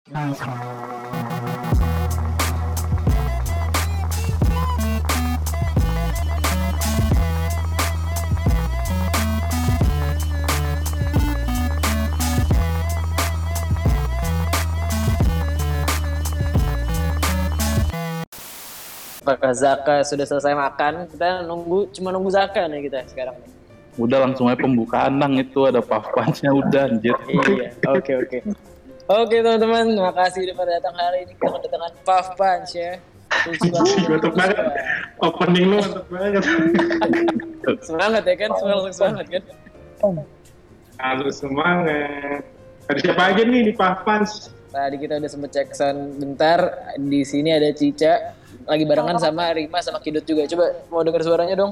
Apakah Zaka sudah selesai makan? Kita cuma nunggu Zaka nih kita sekarang. Udah langsung aja pembukaan nang itu ada puff punch-nya udah anjir. Iya, oke. Oke teman-teman, terima kasih udah pada datang hari ini. Kita kedatangan Puff Punch ya. Mantap banget. Opening lu mantap banget. Semangat ya kan, langsung semangat kan. Harus semangat. Ada siapa aja nih di Puff Punch? Tadi kita udah sempet cek sound bentar. Di sini ada Cica, lagi barengan sama Rima sama Kidut juga. Coba mau denger suaranya dong.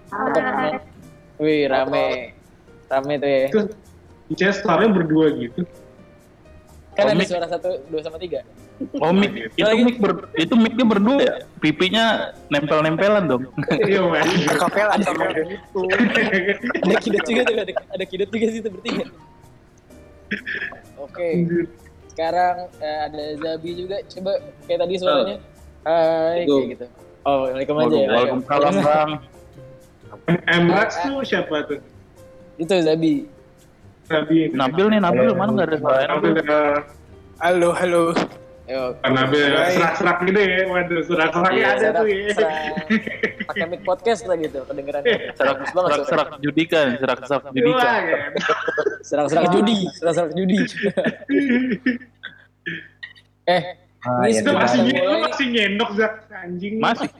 Wih, rame tuh ya. Itu Cica suaranya berdua gitu. Kan ada suara 1, 2 sama 3. Oh mic, itu micnya berdua ya? Pipinya nempel-nempelan dong. Iya man. Kapelan sama gitu. Ada Kidut juga tuh, ada Kidut juga sih tuh bertiga. Oke. Sekarang ada Zabi juga. Coba kayak tadi suaranya. Hai, kayak gitu. Oh, waalaikum aja ya. Waalaikumsalam Bang. Emrax tuh siapa tuh? Itu Zabi. Nabil mana nggak ada suara? Nabil Halo. Yo. Nabil serak-serak gitu ya. Waduh, serak-seraknya ada tuh ya. Pakai mic podcast lah gitu, kedengeran. Serak Judika. Serak judi. Ini Itu mulai. masih nyendok Zak anjing. Masih.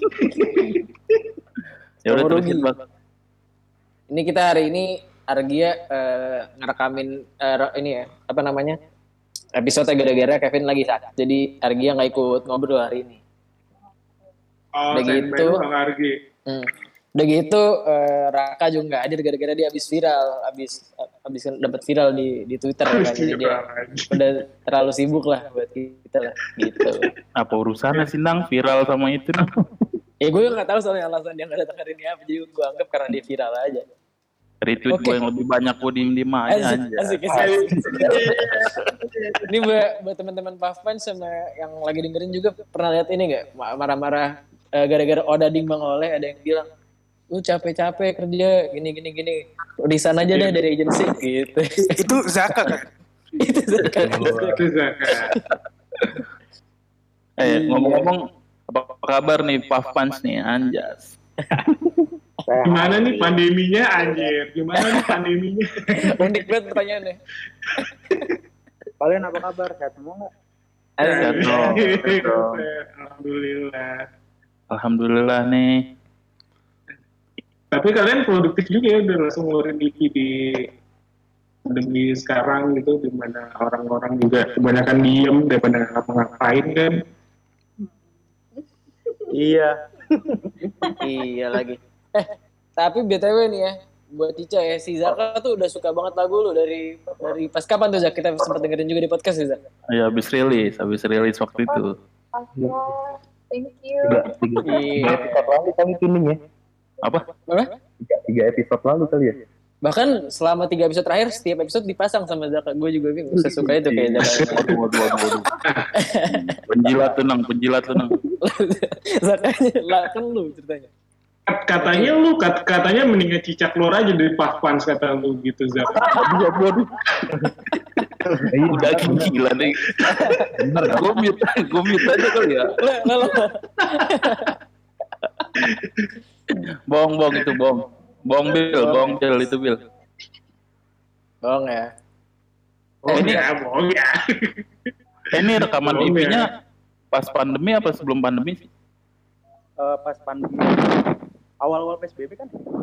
Ya udah terusin Bang. Ini kita hari ini Argia ngerekamin ini ya, apa namanya? Episode gara-gara Kevin lagi sakit. Jadi Argia nggak ikut ngobrol hari ini. Oh, udah gitu. Argi. Udah gitu Raka juga nggak hadir gara-gara dia habis dapat viral di Twitter kan. Jadi dia udah terlalu sibuk lah buat kita lah gitu. Apa urusannya sih Nang viral sama itu Nang? Gue nggak tahu soalnya alasan dia nggak datang hari ini apa. Jadi gue anggap karena dia viral aja. Retweet gue yang lebih banyak gue diem aja. Asik. Ini buat teman-teman Puff Punch sama yang lagi dengerin juga pernah lihat ini nggak marah-marah gara-gara Odading Bang Oleh ada yang bilang lu capek-capek kerja gini resign aja deh dari agensi gitu. Itu Zaka kan? Itu Zaka. Ngomong-ngomong apa kabar nih Puff Punch nih anjas. Gimana nih pandeminya anjir? Unik banget pertanyaannya. Kalian apa kabar? Sehat semua nggak? Alhamdulillah nih. Tapi kalian produktif juga ya, udah langsung ngeluarin EP di pandemi sekarang gitu, dimana orang-orang juga kebanyakan diem daripada ngapa-ngapain kan. Iya lagi. Tapi BTW nih ya, buat Cica ya, si Zaka tuh udah suka banget lagu lu dari pas kapan tuh Zak? Kita sempat dengerin juga di podcast ya Zak? Ya habis rilis waktu itu. Thank you. Iya. Episode lalu kali tuning ya. Apa? 3 episode lalu kali ya. Bahkan selama 3 episode terakhir setiap episode dipasang sama Zaka. Gue juga bingung sesuka itu kayak Zaka. Waduh. Penjilat tuh nang. Zakanya lah kan lu ceritanya. Katanya mendingan cicak keluar aja dari Puff Punch kata lu gitu Zak. Waduh. Udah gila nih. Bener, gue mute aja kali ya. Bohong itu bohong. Bohong Bil itu Bil. Bohong ya. Bohong ya. Ini rekaman EP-nya pas pandemi apa sebelum pandemi sih? Pas pandemi. Awal-awal PSBB kan?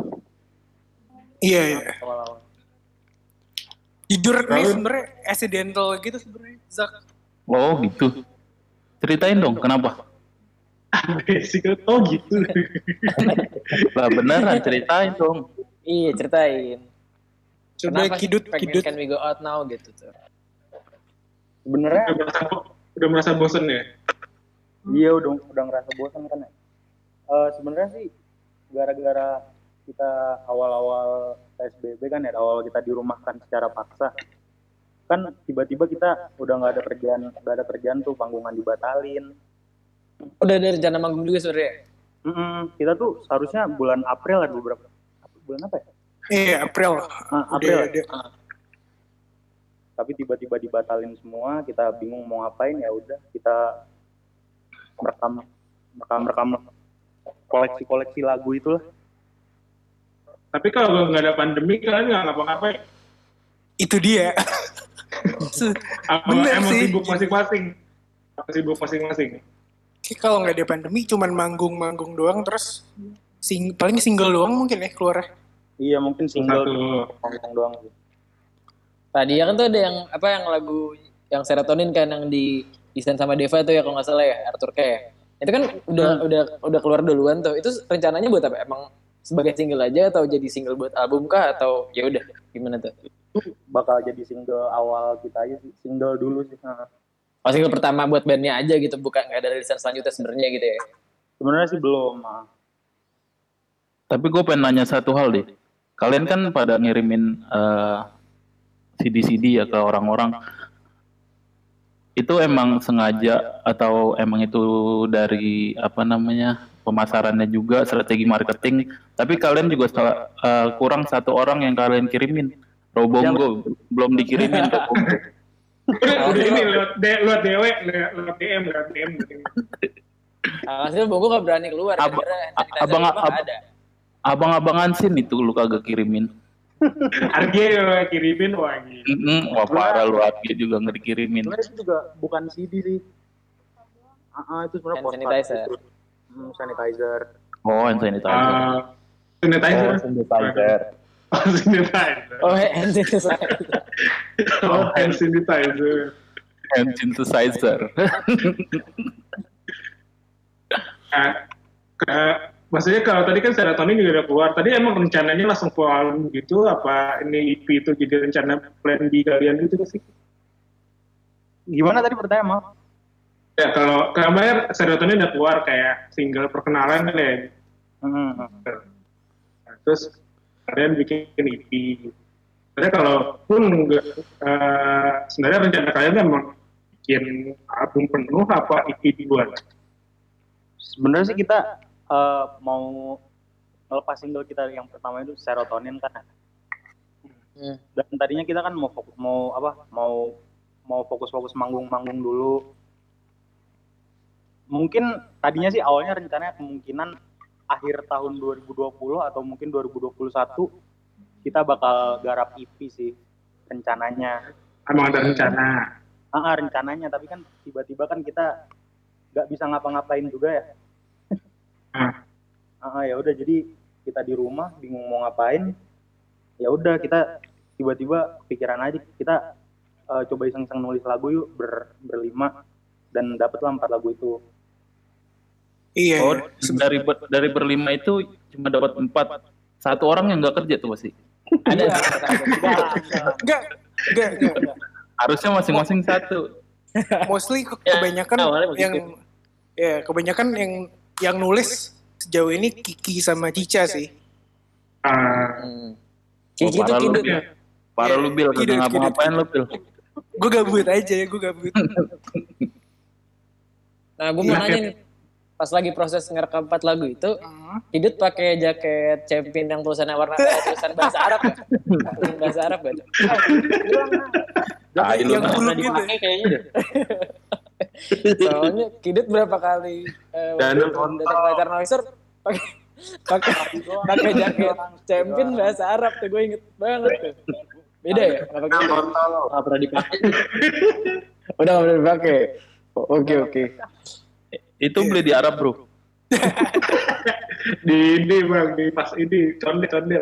Iya. Awal-awal. Tidur nih sebenarnya accidental gitu sebenarnya Zak. Oh gitu. Ceritain dong kenapa? Basic gitu. Lah beneran ceritain dong. Iya ceritain. Coba Kenapa Kidut. Can we go out now gitu tuh. Sebenarnya Udah merasa bosen ya? Iya udah ngerasa bosan kan ya. Sebenarnya sih gara-gara kita awal-awal PSBB kan ya, awal kita dirumahkan secara paksa. Kan tiba-tiba kita udah nggak ada kerjaan tuh, panggungan dibatalin. Udah ada rencana manggung juga sebenarnya. Kita tuh seharusnya bulan April ada beberapa, bulan apa ya? Iya, April. April. Udah. Tapi tiba-tiba dibatalin semua, kita bingung mau ngapain. Ya udah kita merekam koleksi lagu itulah. Tapi kalau nggak ada pandemi kalian nggak ngapa-ngapain? Itu dia. Bener Emang sih. sibuk masing-masing. Sibuk masing-masing. Kayak kalau nggak ada pandemi cuman manggung doang terus paling single doang mungkin ya keluar. Iya, mungkin single Satu. ngomong doang sih. Tadi kan tuh ada yang lagu yang Serotonin kan yang di desain sama Deva tuh ya kalau nggak salah ya, Arthur K ya. Itu kan udah keluar duluan tuh. Itu rencananya buat apa? Emang sebagai single aja atau jadi single buat album kah atau ya udah gimana tuh? Bakal jadi single awal kita aja sih, single dulu sih. Oh, single pertama buat bandnya aja gitu, bukan nggak ada rilisan selanjutnya sebenarnya gitu ya? Sebenarnya sih belum. Tapi gue pengen nanya satu hal deh. Kalian kan pada ngirimin CD-CD ya ke orang-orang. Itu emang sengaja atau emang itu dari pemasarannya juga, strategi marketing. Tapi kalian juga kurang satu orang yang kalian kirimin. Robongo belum dikirimin Robongo. Udah ini lewat DM. Maksudnya Bongo nggak berani keluar. Abang-abangan sin itu lu kagak kirimin. Argie kirimin wah gitu. Wah parah lu Argie juga nggak dikirimin. Sebenarnya itu juga bukan CD sih. Itu sebenarnya Hand sanitizer. Sanitizer. Oh, hand sanitizer. Sanitizer. Oh, hand sanitizer. Hand sanitizer. Hand synthesizer. Maksudnya kalau tadi kan Serotonin juga udah keluar. Tadi emang rencananya langsung full album gitu? Apa ini EP itu jadi rencana plan B kalian gitu sih? Gimana tadi pertanyaan, Mal? Ya kalau kemarin Serotonin udah keluar kayak single perkenalan kan ya. Terus kalian bikin EP. Sebenarnya kalau pun sebenarnya rencana kalian emang bikin album penuh apa EP duluan? Sebenarnya sih kita mau ngelepas single kita yang pertama itu Serotonin kan. Dan tadinya kita kan mau fokus manggung dulu. Mungkin tadinya sih awalnya rencananya kemungkinan akhir tahun 2020 atau mungkin 2021 kita bakal garap EP sih rencananya. Emang ada rencana? Rencananya, tapi kan tiba-tiba kan kita nggak bisa ngapa-ngapain juga ya. Ya udah, jadi kita di rumah bingung mau ngapain. Ya udah kita tiba-tiba pikiran aja kita coba iseng-iseng nulis lagu yuk berlima dan dapatlah 4 lagu itu. Iya. Oh, dari berlima itu cuma dapat 4. Satu orang yang nggak kerja tuh pasti. Ada. Enggak. Harusnya masing-masing satu. Mostly kebanyakan kebanyakan yang nulis sejauh ini Kiki sama Cica sih. Kiki tuh Kidut. Parah lu Bil, kagak ngapa-ngapain lu Bil. Gue gabut aja ya, Nah, gue mau nanya nih, pas lagi proses ngerekam 4 lagu itu, Kidut pakai jaket champion yang tulisannya warna tulisan bahasa Arab ya? Bahasa Arab kan? yang pernah dipakai kayaknya deh. Soalnya Kidut berapa kali datang pacar noiser pakai jaket champion bahasa Arab tuh, gue inget banget tuh. Beda ya? Nggak pernah dipakai. Udah nggak pernah dipakai. Oke. Itu beli di Arab bro. di bang, di pas ini condet.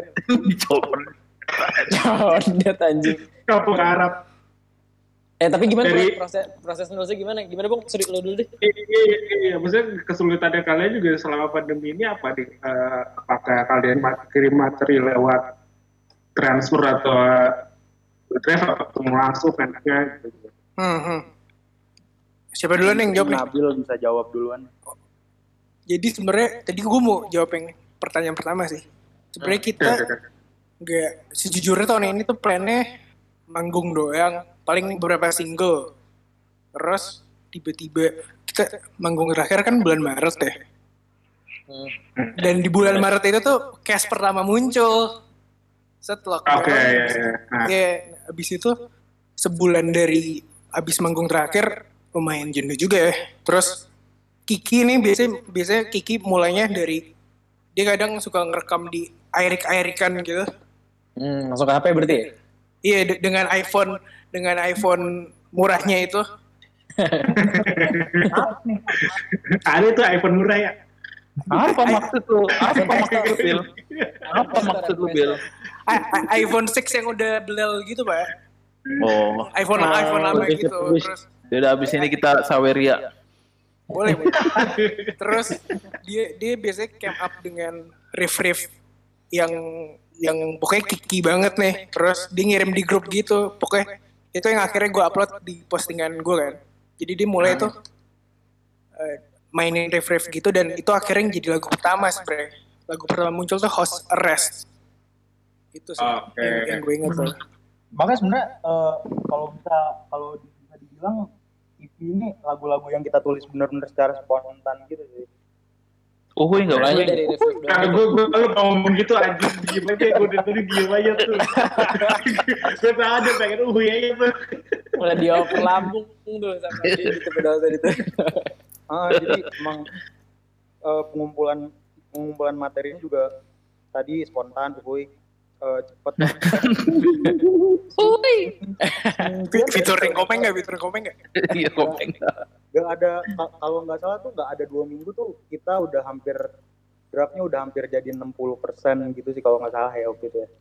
Condet anjing. Kapok Arab. Tapi gimana proses nulisnya gimana? Gimana Bang? Sorry lo dulu deh. Iya, maksudnya kesulitannya kalian juga selama pandemi ini apa nih? Apakah kalian kirim materi lewat transfer atau drive atau ketemu langsung enaknya gitu? Siapa duluan yang jawab nih? Nabil bisa jawab duluan. Jadi sebenarnya tadi gue mau jawab yang pertanyaan pertama sih. Sebenarnya kita nggak, sejujurnya tahun ini tuh plannya manggung doang. paling beberapa single. Terus tiba-tiba kita manggung terakhir kan bulan Maret ya. Dan di bulan Maret itu tuh cast pertama muncul. Setelah abis itu sebulan dari abis manggung terakhir lumayan jenuh juga ya. Terus Kiki nih biasanya Kiki mulainya dari dia kadang suka ngerekam di airik-airikan gitu. Masuk ke HP berarti ya? Iya dengan iPhone murahnya itu. Ada tuh iPhone murah ya. Apa maksud lu? Bil? Apa maksud lu, Bil? iPhone 6 yang udah belel gitu, Pak. Oh, iPhone lama gitu. Terus udah abis ini kita saweria. boleh. Terus dia biasanya camp up dengan riff yang pokoknya kiki banget nih. Terus dia ngirim di grup gitu. Pokoknya itu yang akhirnya gue upload di postingan gue kan. Jadi dia mulai tuh mainin riff gitu, dan itu akhirnya jadi lagu pertama sebenarnya. Lagu pertama muncul tuh House Arrest. Itu sih yang gue ingat tuh. Makanya sebenarnya kalau bisa dibilang EP ini lagu-lagu yang kita tulis benar-benar secara spontan gitu sih. Uhuy nggak Mulainya uhuy. dari riff doang. Nah, gue kalau ngomong gitu aja diem aja, gue dari tadi diem aja tuh. Gue tak ada pengen aja tuh. Mulai dioper lambung tuh sama dia gitu pedal tadi tuh. Jadi emang pengumpulan materinya juga tadi spontan, cepet. Featuring komeng nggak? Iya, komeng. Gak ada, kalau nggak salah tuh nggak ada 2 minggu tuh kita udah hampir draftnya udah hampir jadi 60% gitu sih kalau nggak salah ya waktu itu ya.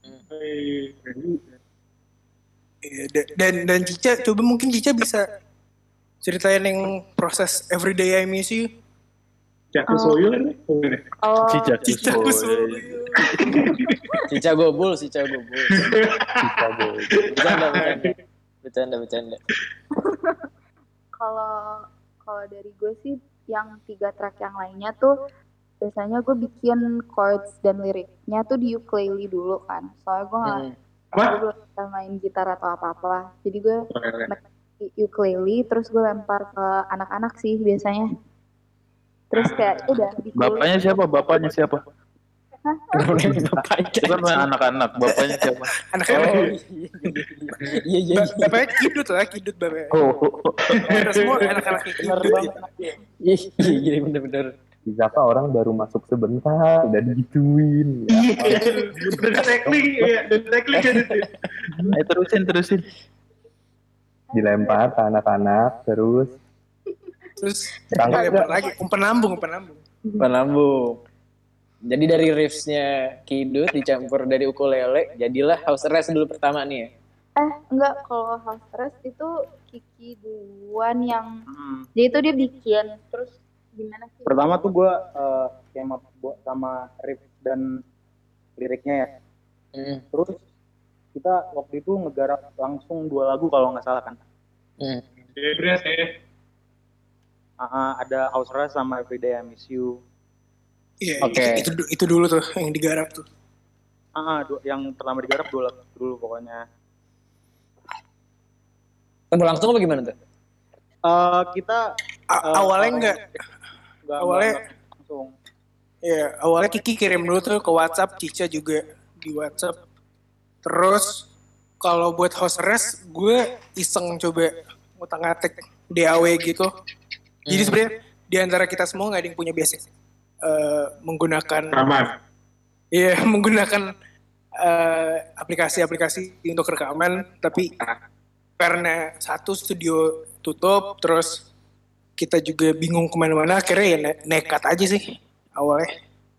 Dan Cica, coba mungkin Cica bisa ceritain yang proses Everyday I Miss You. Jatuh soyo kan? Cica Kusuyo. Cica gobul. Bercanda. Kalau dari gue sih yang 3 track yang lainnya tuh biasanya gue bikin chords dan liriknya tuh di ukulele dulu kan. Soalnya gue belum bisa main gitar atau apa-apa. Jadi gue main di ukulele, terus gue lempar ke anak-anak sih biasanya. Terus kayak udah ditulis. Bapaknya siapa? Bukan main anak-anak, bapaknya siapa? Anak-anak. Iya. Bapaknya kidut bapaknya. Kita semua anak-anak kidut. Iya, bener-bener. Di Zaka orang baru masuk sebentar udah digituin. Udah tackling gitu. Ayo terusin. Dilempar ke anak-anak terus Lempar lagi, umpan lambung. Jadi dari riffsnya Kidut dicampur dari ukulele, jadilah House Arrest dulu pertama nih ya? Enggak, kalau House Arrest itu Kiki duluan yang jadi itu dia bikin, terus gimana sih? Pertama tuh gue skema sama riff dan liriknya ya. Terus kita waktu itu ngegarap langsung 2 lagu kalau nggak salah kan. Ada House Arrest sama Everyday I Miss You. Iya, Oke. itu dulu tuh yang digarap tuh. Yang pertama digarap dulu pokoknya. Temu langsung apa gimana tuh? Kita Awalnya enggak langsung. Iya, awalnya Kiki kirim dulu tuh ke WhatsApp, Cica juga di WhatsApp. Terus kalau buat House Arrest, gue iseng coba ngutak-ngatik DAW gitu. Jadi sebenarnya di antara kita semua nggak ada yang punya basic menggunakan aplikasi-aplikasi untuk rekaman, tapi karena satu studio tutup, terus kita juga bingung kemana-mana, akhirnya ya nekat aja sih awalnya.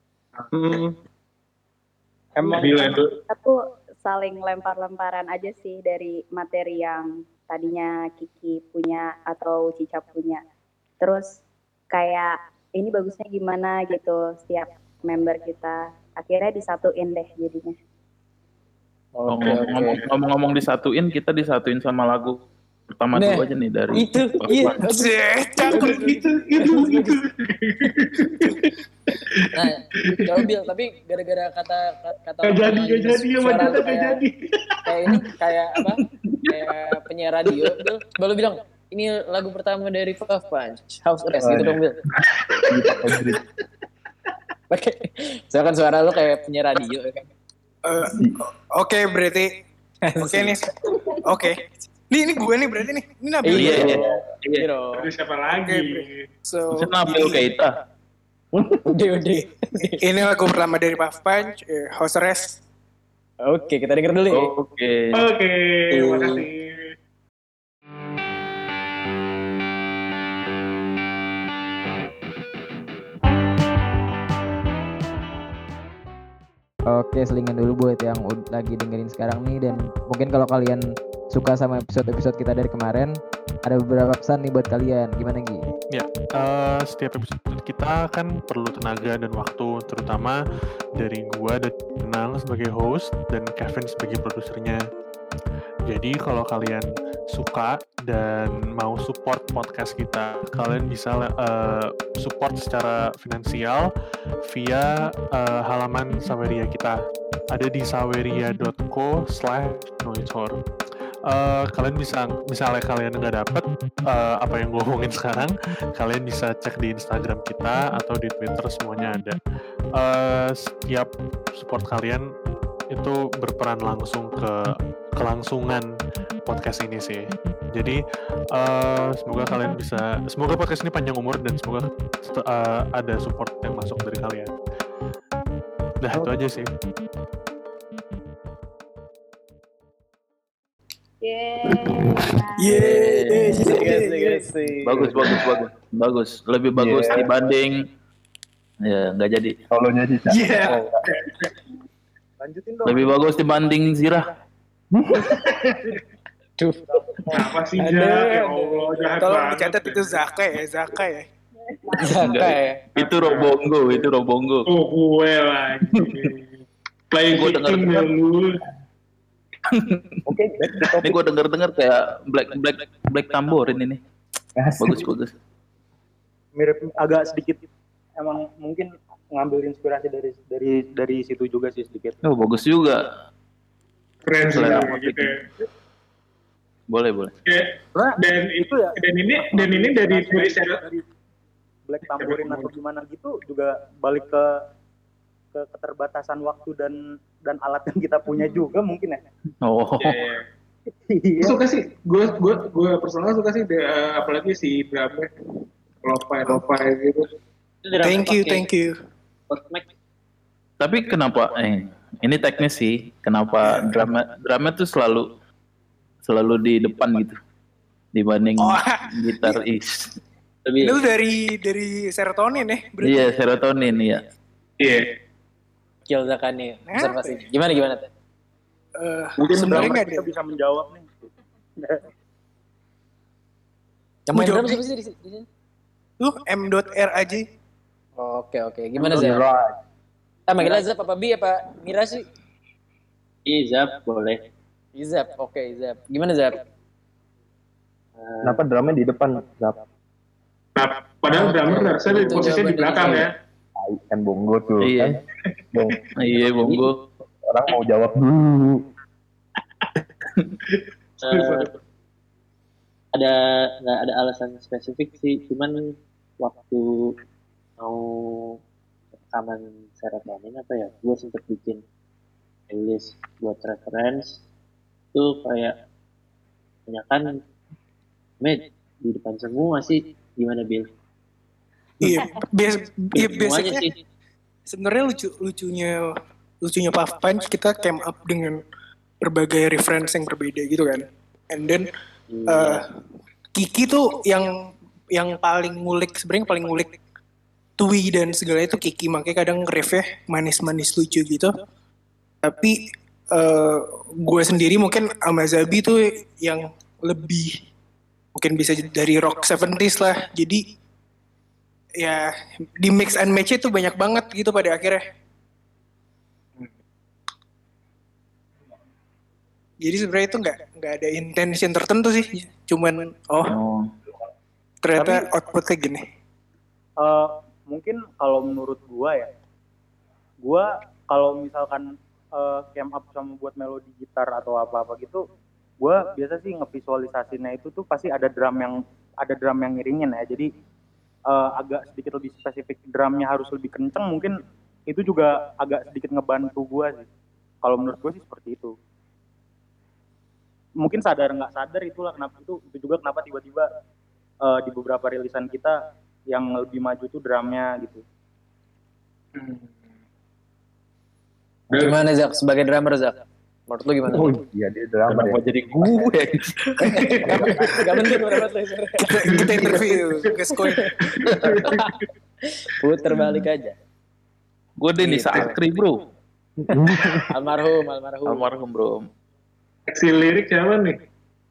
Emang Kita tuh saling lempar-lemparan aja sih dari materi yang tadinya Kiki punya atau Cica punya. Terus kayak ini bagusnya gimana gitu setiap member kita. Akhirnya disatuin deh jadinya. Ngomong disatuin, kita disatuin sama lagu pertama dulu aja nih dari Cakep gitu. Nah, coba Bil, tapi gara-gara kata Gak jadi ya suara Majata lu gak jadi. kayak ini, kayak apa? Kayak penyiar radio, Bil. Baru bilang, ini lagu pertama dari Puff Punch, House Arrest gitu dong, Bil. Pakai, soalnya kan suara lu kayak penyiar radio kan. Oke, berarti oke nih. Oke. Ini gue nih berarti nih. Ini Nabil. Iya. Terus siapa lagi? So, Nabil Keita. Udah. ini lagu pertama dari Puff Punch, House Arrest. Oke, kita denger dulu ya. Oke. Oke, makasih. Oke, selingan dulu buat yang lagi dengerin sekarang nih. Dan mungkin kalau kalian suka sama episode-episode kita dari kemarin, ada beberapa pesan nih buat kalian. Gimana Gi? Ya, setiap episode kita kan perlu tenaga dan waktu, terutama dari gua dan Nang sebagai host dan Kevin sebagai produsernya. Jadi kalau kalian suka dan mau support podcast kita, kalian bisa support secara finansial via halaman Saweria kita. Ada di saweria.co/noitor. Kalian bisa, misalnya kalian nggak dapet apa yang gue omongin sekarang, kalian bisa cek di Instagram kita atau di Twitter, semuanya ada. Setiap support kalian itu berperan langsung ke kelangsungan podcast ini sih. Jadi semoga podcast ini panjang umur dan semoga ada support yang masuk dari kalian. Nah, itu aja sih. Bagus. Lebih bagus dibanding ya nggak jadi. Solonya Cica. Lanjutin dong. Lebih bagus dibanding Zirah. Duh. Apa sih ya Allah, jahat Tolong banget. dicatat itu Zaka ya. Itu Robongo. Oh, gue lagi. Playing Gue victim ya lu. Oke, back to topic. Ini gue denger kayak Black Tamborin ini. Bagus. Mirip agak sedikit, emang mungkin ngambil inspirasi dari situ juga sih sedikit. Oh, bagus juga. Keren sih Selera gitu ya. Boleh. Dan ini dari Black Tamborin atau gimana gitu juga balik ke keterbatasan waktu dan alat yang kita punya juga mungkin ya. Oh. Iya. Suka sih, gue personal suka sih, apalagi si drumnya lo-fi gitu. Thank you. Tapi kenapa? Ini teknis sih. Kenapa drama tuh selalu di depan gitu dibanding gitar is. Ini lu dari serotonin ya? Berarti? Iya, serotonin ya. Iya. Kill Zakani. Observasi. Gimana tuh? Mungkin sebenarnya nggak kita bisa menjawab nih. Yang main drum siapa sih di sini? M.R aja. Oke. Gimana Zap? Manggilnya Zap apa Bi apa Mira sih? Zap boleh. Zap, oke Zap. Gimana Zap? Kenapa drumnya di depan, Zap? Nah, padahal drummer harusnya di posisinya di belakang ya. Kan bongo tuh. Iya. Kan? Iya, bongo. Orang mau jawab dulu. Nggak ada alasan spesifik sih, cuman waktu mau rekaman serotonin apa ya, gue sempet bikin playlist buat reference tuh kayak kebanyakan di depan semua sih. Gimana Bill? Iya, Semuanya basicnya sih. sebenarnya lucunya Puff Punch kita came up dengan berbagai reference yang berbeda gitu kan. And then Kiki tuh yang paling ngulik, sebenarnya paling ngulik Tui dan segala itu Kiki, makanya kadang riff-nya manis-manis lucu gitu. Tapi gue sendiri mungkin sama Zabi tuh yang lebih mungkin bisa dari rock 70s lah. Jadi ya di mix and match itu banyak banget gitu pada akhirnya. Jadi sebenarnya itu nggak ada intention tertentu sih, cuman ternyata outputnya gini. mungkin kalau menurut gua ya, gua kalau misalkan came up sama buat melodi gitar atau apa-apa gitu, gua biasa sih ngevisualisasinya itu tuh pasti ada drum yang ngiringin ya. Jadi agak sedikit lebih spesifik, drumnya harus lebih kenceng, mungkin itu juga agak sedikit ngebantu gua sih. Kalau menurut gua sih seperti itu. Mungkin sadar nggak sadar itulah kenapa itu juga kenapa tiba-tiba di beberapa rilisan kita yang lebih maju tuh drumnya gitu. Gimana Zak sebagai drummer Zak? Menurut lu gimana? Oh iya dia drummer Kenapa ya. jadi gue? Gak penting menurut lu. Kita interview, guys koin. Puter balik aja. Gue Denny Sakri bro. Almarhum bro. Si lirik siapa nih?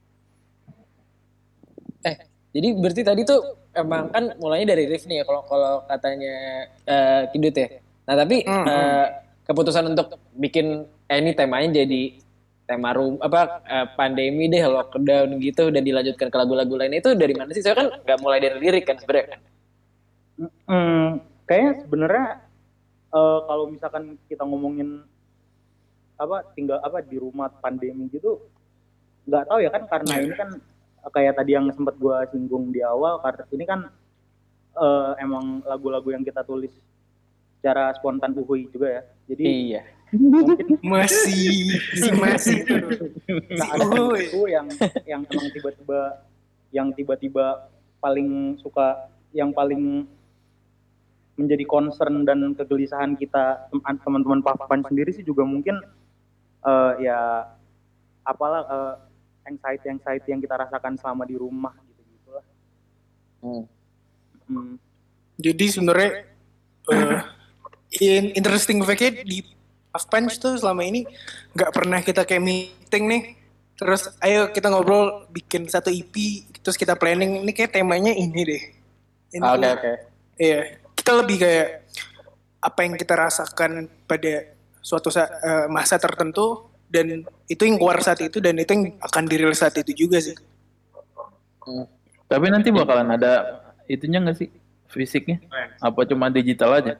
Jadi berarti tadi tuh emang kan mulainya dari riff nih ya kalau katanya Kidut ya. Nah tapi keputusan untuk bikin ini temanya jadi tema pandemi deh, lockdown gitu, dan dilanjutkan ke lagu-lagu lain itu dari mana sih? Saya kan nggak mulai dari lirik kan sebenarnya kan? Kayaknya sebenarnya kalau misalkan kita ngomongin tinggal di rumah pandemi gitu, nggak tahu ya kan, karena ini kan kayak tadi yang sempat gue singgung di awal, karena ini kan emang lagu-lagu yang kita tulis secara spontan uhui juga ya. Jadi iya. Mungkin masih nah, ada itu yang emang tiba-tiba paling suka, yang paling menjadi concern dan kegelisahan kita teman-teman Pafpan sendiri sih juga mungkin ya apalah anxiety yang kita rasakan selama di rumah gitu-gitulah. Jadi sebenarnya interesting fact-nya di Puff Punch tuh selama ini nggak pernah kita kayak meeting nih, terus ayo kita ngobrol bikin satu EP, terus kita planning ini kayak temanya ini deh. Oke. Iya, kita lebih kayak apa yang kita rasakan pada suatu masa tertentu, dan itu yang keluar saat itu, dan itu yang akan dirilis saat itu juga sih. Tapi nanti bakalan ada itunya nggak sih, fisiknya? Apa cuma digital aja?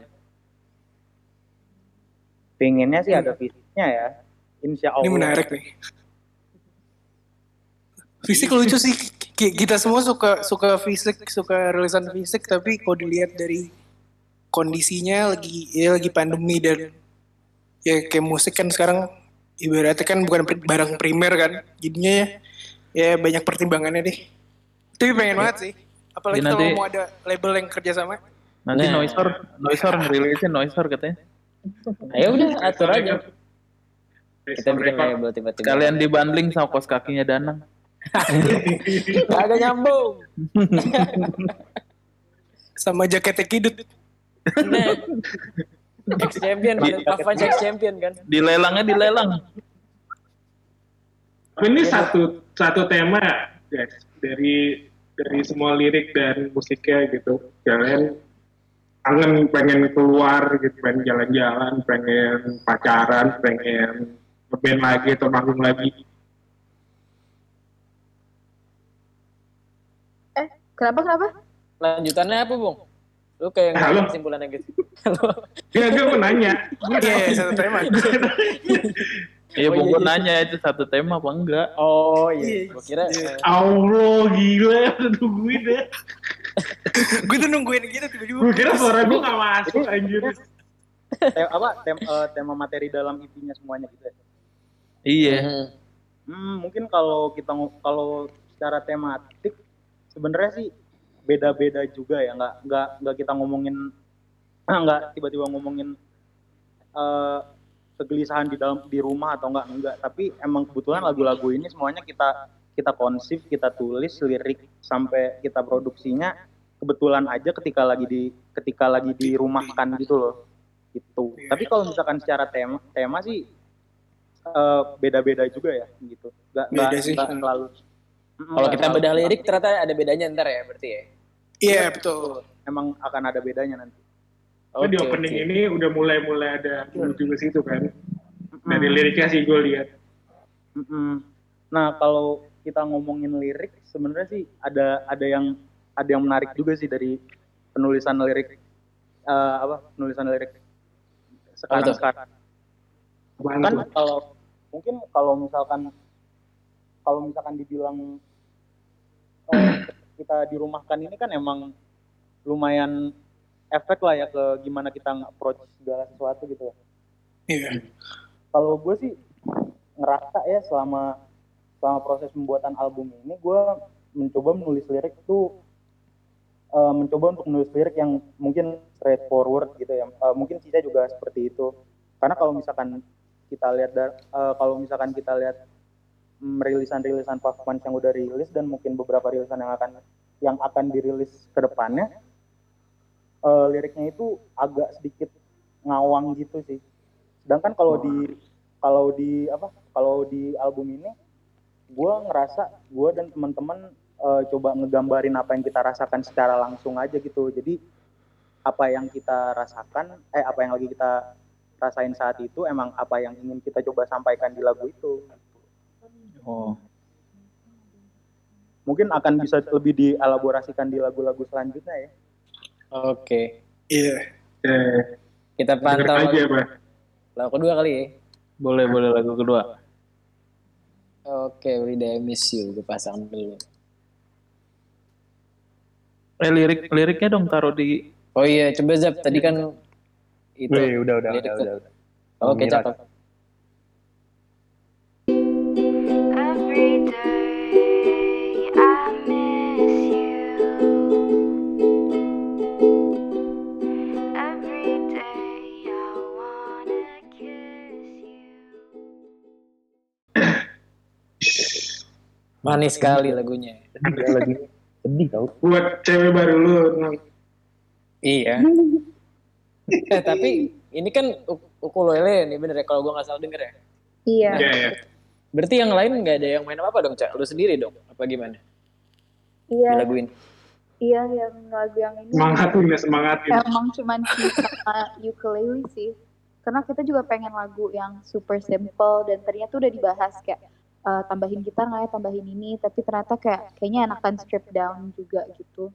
Pengennya sih ada fisiknya ya, insya Allah. Ini menarik nih. Fisik lucu sih, kita semua suka fisik, suka rilisan fisik, tapi kalau dilihat dari kondisinya lagi pandemi, dan ya kayak musik kan sekarang ibaratnya kan bukan barang primer kan, jadinya ya banyak pertimbangannya deh. Tapi pengen banget sih, apalagi kalau mau ada label yang kerja sama. Nanti Noisor ngerilisnya Noisor katanya. Ayo udah atur aja. Kita bikin label tiba-tiba. Kalian dibundling sama kos kakinya Danang. Agak nyambung. Sama jaketnya Kidut. Ex-champion, Puff Punch ex-champion kan. Dilelang. Ini satu tema guys, dari semua lirik dan musiknya gitu. Kalian pengen keluar gitu, pengen jalan-jalan, pengen pacaran, pengen ngeband lagi atau manggung lagi. Kenapa? Lanjutannya apa, Bung? Lu kayak ngasih kesimpulannya gitu. Iya, gue mau nanya. Iya, satu tema. Iya, Bung nanya itu satu tema apa enggak? Oh iya, gue kira. Allah, gila, nungguin deh. Gue tuh nungguin gitu tiba-tiba. Gue kira suara gue gak masuk, anjir. Tema materi dalam EP-nya semuanya gitu ya? Iya. Mungkin kalau secara tematik sebenarnya sih beda-beda juga ya, nggak kita ngomongin, nggak tiba-tiba ngomongin kegelisahan di rumah atau enggak, tapi emang kebetulan lagu-lagu ini semuanya kita konsep, kita tulis lirik sampai kita produksinya kebetulan aja ketika lagi dirumahkan gitu loh gitu. Tapi kalau misalkan secara tema sih beda-beda juga ya gitu, nggak selalu. Kalau kita bedah lirik ternyata ada bedanya ntar ya berarti ya. Iya betul. Emang akan ada bedanya nanti. Di opening ini udah mulai ada menuju ke situ kan. Dari liriknya sih gue lihat. Nah kalau kita ngomongin lirik sebenarnya sih ada yang menarik juga sih dari penulisan lirik penulisan lirik sekarang. Kan kalau misalkan dibilang kita dirumahkan ini kan emang lumayan efek lah ya ke gimana kita nge-approach segala sesuatu gitu ya. Iya. Kalau gue sih ngerasa ya selama proses pembuatan album ini gue mencoba menulis lirik tuh mencoba untuk menulis lirik yang mungkin straightforward gitu ya. Mungkin Cica juga seperti itu. Karena kalau misalkan kita lihat rilisan Puff Punch yang udah rilis dan mungkin beberapa rilisan yang akan dirilis ke depannya, liriknya itu agak sedikit ngawang gitu sih. Sedangkan kalau di album ini, gue ngerasa gue dan teman-teman coba ngegambarin apa yang kita rasakan secara langsung aja gitu. Jadi apa yang kita rasakan, apa yang lagi kita rasain saat itu emang apa yang ingin kita coba sampaikan di lagu itu. Oh. Mungkin akan bisa lebih dielaborasikan di lagu-lagu selanjutnya ya. Oke. Iya. Kita pantau aja, Pak. lagu kedua kali ya. Boleh lagu kedua. Oke, Everyday I Miss You, gue pasang dulu. Liriknya dong taruh di. Oh iya, coba Zap, tadi kan itu. Udah. Oke, cakep. Manis sekali lagunya. Sedih tau. Buat cewek baru lu. Iya. Tapi ini kan ukulele nih bener ya kalau gue nggak salah denger ya. Iya. Iya. Berarti yang lain nggak ada yang main apa dong, Cak? Lu sendiri dong? Apa gimana? Iya. Di lagu ini? Iya, yang lagu yang ini. Semangatin. Emang cuman sama ukulele sih. Karena kita juga pengen lagu yang super simple dan ternyata udah dibahas kayak tambahin gitar nggak ya, tambahin ini, tapi ternyata kayaknya enakan strip down juga gitu.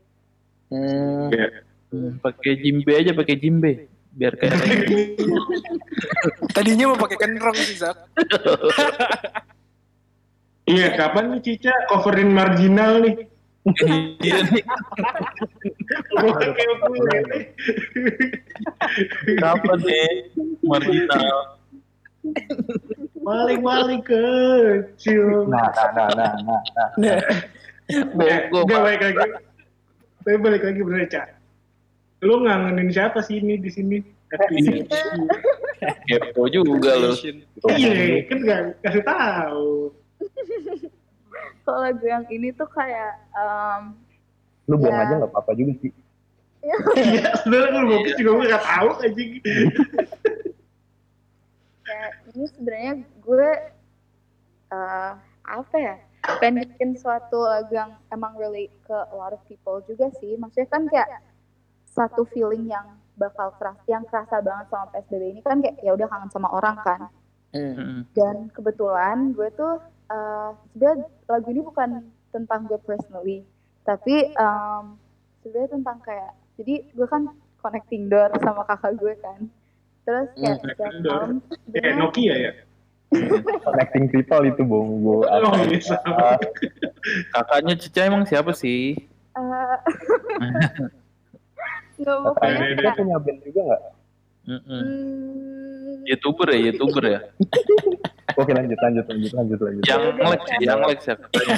Pakai jimbe biar kayak Tadinya mau pakai kenrong sih, Zak. Iya, kapan nih Cica coverin marginal nih? Iya nih. Kapan nih marginal? Balik kecil. Nah. Balik lagi. Tapi balik lagi bener, Cak. Lu ngangenin siapa sih ini di sini? Kepo juga lu. Iya, kan nggak kasih tahu. Kalau lagu yang ini tuh kayak Lu bohong aja nggak apa-apa juga sih. Iya, sebenarnya lu mungkin juga gue nggak tahu aja gitu. kayak ini sebenarnya gue apa ya, pengen bikin suatu lagu yang emang relate ke a lot of people juga sih. Maksudnya kan kayak satu feeling yang bakal kerasa banget sama PSBB ini kan kayak ya udah kangen sama orang kan. Dan kebetulan gue tuh sebenarnya lagu ini bukan tentang gue personally, tapi sebenarnya tentang kayak, jadi gue kan connecting door sama kakak gue kan. Terus kayak kayak Nokia ya. Connecting people itu bongo. Kakaknya Cica emang siapa sih? Nggak mau kayak Dia punya band juga nggak? YouTuber ya. Oke, lanjut. Yang Lex ya katanya.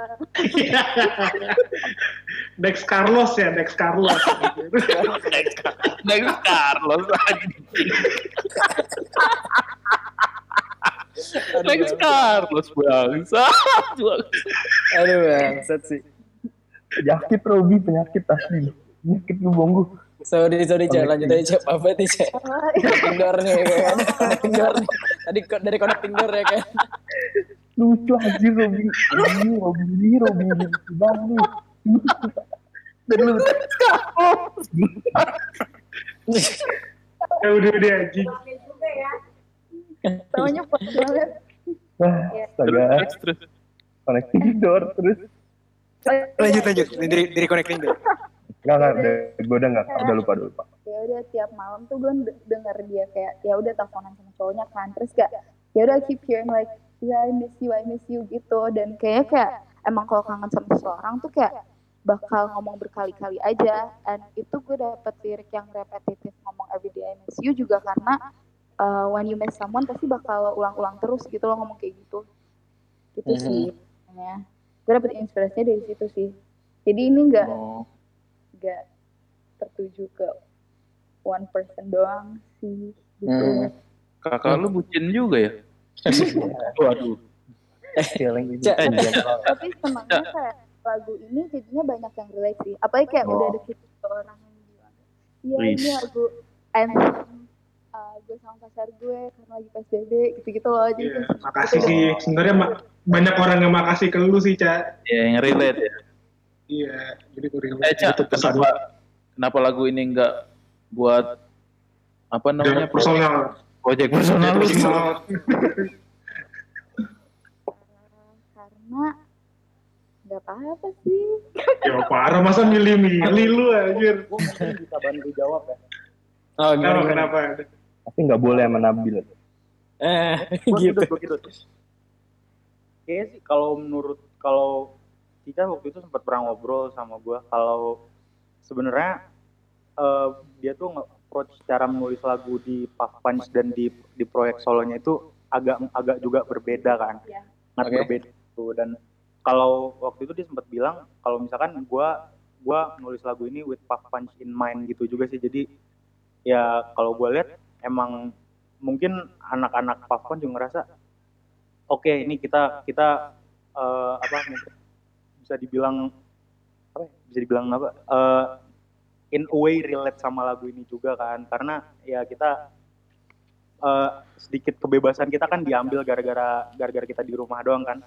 Dex Carlos. Lex Carlos bangsa. Aduh bangsat sih. Penyakit asli. Penyakit lu bonggu. Sorry, Cak. Lanjut aja, Cak. Apa nih, Cak? Connecting door nih, kan? Connecting door nih. Tadi dari connecting door ya, kan? Lucu aja Robi. Robi banget. Dan lu udah anjing. Taunya pas banget. Astaga. Terus. Connecting door terus. Lanjut. Dari connecting door. Enggak, gue udah lupa. Ya udah tiap malam tuh gue denger dia kayak ya udah teleponan sama cowoknya kan, terus kayak ya udah keep hearing like yeah I miss you gitu, dan kayak emang kalau kangen sama seseorang tuh kayak bakal ngomong berkali-kali aja. And itu gue dapet lirik yang repetitif ngomong everyday I miss you juga karena when you miss someone pasti bakal ulang-ulang terus gitu loh ngomong kayak gitu sih ya. Gue dapet inspirasinya dari situ sih, jadi ini nggak tertuju ke one person doang sih gitu. Kakak lu bucin juga ya? Waduh. Tapi semangatnya kayak lagu ini jadinya banyak yang relate sih, apalagi kayak udah ada gitu orang yang bilang iya ini lagu gue sama pacar gue karena lagi PSBB gitu-gitu loh. Jadi makasih sih sebenarnya banyak orang yang makasih ke lu sih, Ca. Iya, yang relate ya. Iya, jadi gue relate. Ca, kenapa lagu ini enggak buat apa namanya? Project personal lu? Karena nggak apa-apa sih. Ya parah, masa milih-milih lu anjir. Gue mungkin bisa bantu jawab ya. Oh, kenapa? Tapi nggak boleh sama Nabil. Gitu. Kayaknya sih kalau Cica waktu itu sempat pernah ngobrol sama gue kalau sebenarnya dia tuh approach cara menulis lagu di Puff Punch dan di proyek solonya itu agak juga berbeda kan. Berbeda itu. Dan kalau waktu itu dia sempat bilang kalau misalkan gue nulis lagu ini with Puff Punch in mind gitu juga sih. Jadi ya kalau gue lihat emang mungkin anak-anak Puff Punch juga ngerasa oke, ini kita bisa dibilang in a way relate sama lagu ini juga kan, karena ya kita sedikit kebebasan kita kan diambil gara-gara kita di rumah doang kan.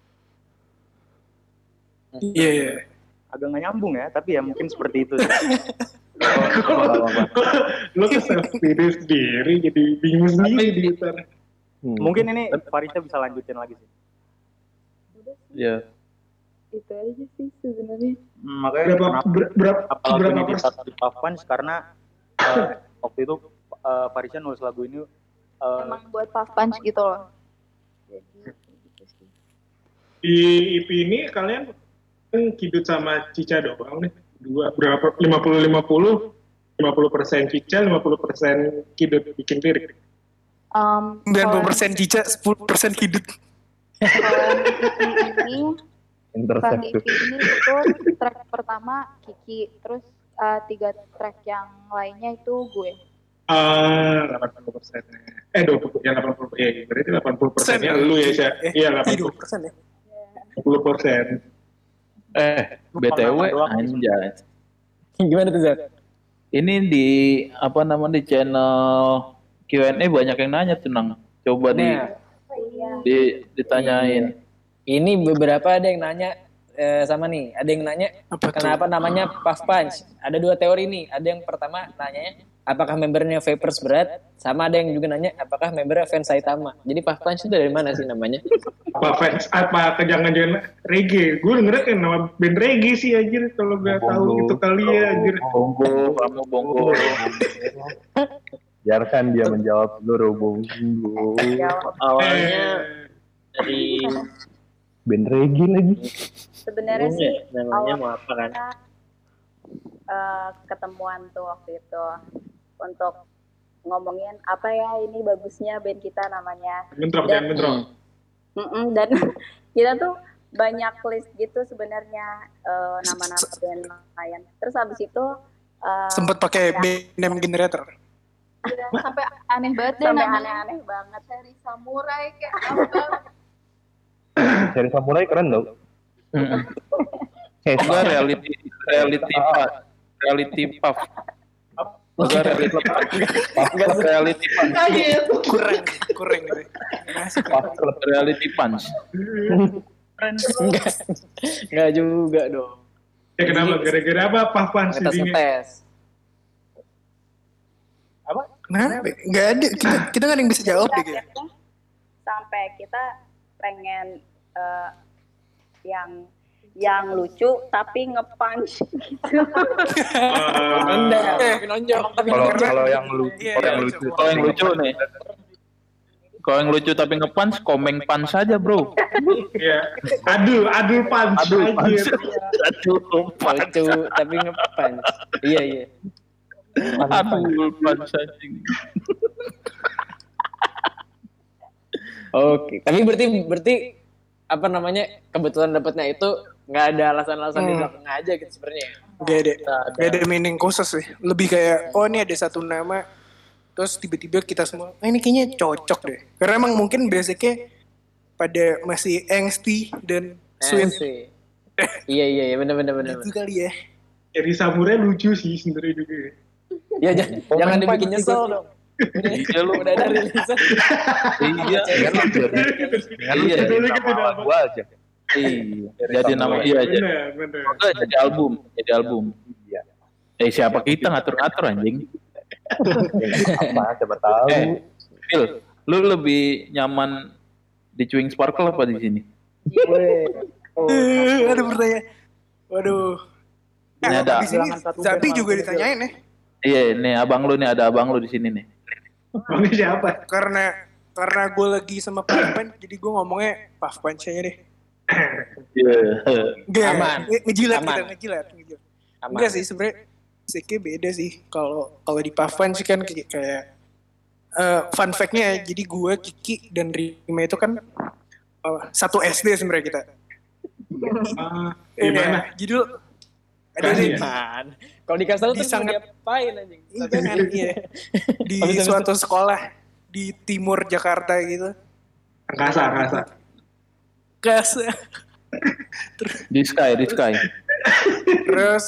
Iya. Agak nggak nyambung ya, tapi ya mungkin seperti itu. Lu kesel sendiri jadi bingung sendiri di utara. Mungkin ini Farisa bisa lanjutin lagi sih. Iya. Itu aja sih sebenarnya. Makanya berapa persen di Puff Punch karena waktu itu Farisa nulis lagu ini emang buat Puff Punch gitu loh. Jadi gitu sih. Di EP ini kalian Kidut sama Cica doang nih. Berapa 50% Cica, 50% Kidut bikin lirik. 90% Cica, 10% Kidut. Kalau ini itu track pertama Kiki, terus 3 track yang lainnya itu gue. 80%. 20 ya 80%. Ya, berarti 80%-nya lu ya, Cak. Iya, 80%. Ya. 10%. BTW anjay. Gimana tuh, Zat? Ini di di channel Q&A banyak yang nanya tuh, Nang. Coba ditanyain. Ini beberapa ada yang nanya sama nih, ada yang nanya kenapa namanya Puff Punch. Ada 2 teori nih. Ada yang pertama nanyanya apakah membernya Vapers Berat, sama ada yang juga nanya apakah membernya Fans Saitama. Jadi Puff Punch itu dari mana sih namanya? Apa jangan-jangan reggae? Gue dengernya kayak nama band reggae sih anjir, kalau gak tahu itu kali ya anjir. Bongo. Biarkan dia menjawab dulu, Bongo. Awalnya dari band reggae lagi. Sebenarnya sih namanya mau apa kan? Ketemuan tuh waktu itu untuk ngomongin apa ya ini bagusnya band kita namanya. Bentrok. Dan kita tuh banyak list gitu sebenarnya nama-nama band lain. Terus habis itu sempat pakai band name generator. Ya, sampai aneh banget deh namanya. Aneh banget dari samurai kayak apa. Dari samurai keren tau. Enggak reality puff. Enggak reality punch. Kurang gitu. Reality punch. Enggak juga dong. Ya kenapa? Gara-gara apa Puff Punch ini? Apa? Kenapa? Enggak ada. Kita nggak ada yang bisa jawab deh kayaknya. Sampai kita pengen yang yang lucu tapi nge-punch gitu. Kalau yang lucu nih. Kalau yang lucu tapi nge-punch, komeng punch saja, bro. Iya. Adul punch. Adul punch. Lucu tapi nge-punch. Iya. Adul punch anjing. Oke, tapi berarti apa namanya, kebetulan dapatnya itu nggak ada alasan-alasan di belakang aja gitu sebenarnya. Gak ada meaning khusus sih. Lebih kayak ini ada satu nama, terus tiba-tiba kita semua, ini kayaknya cocok deh. Karena emang mungkin basicnya pada masih angsty dan sweet. Iya, benar. Itu kali ya. Jadi samurai lucu sih sebenarnya juga. Ya jangan dibikin nyesel dong. Udah ada rilisan. Iya. Jadi nama gua aja. Iya. Jadi nama iya aja. Bener. Jadi album. Iya. Siapa kita ngatur-ngatur anjing? Apa coba tahu. Phil, lu lebih nyaman di Chewing Sparkle apa di sini? Ada pertanyaan. Waduh. Ini ada. Di sini Zabi juga ditanyain ya. Iya, nih abang lu nih, ada abang lu di sini nih. Ini siapa? Karena gue lagi sama Puffpan, jadi gue ngomongnya Puffpan aja deh. Iya. Aman. Ngejilat. Enggak sih sebenarnya. Basicnya beda sih. Kalau di Puffpan sih kan kayak fun fact-nya, jadi gue, Kiki, dan Rima itu kan satu SD sebenarnya kita. Gimana? Jadi ada nih. Kalau dikasih tahu terus diapain anjing? Iya. Di suatu sekolah di timur Jakarta gitu. Angkasa. Di Sky. Terus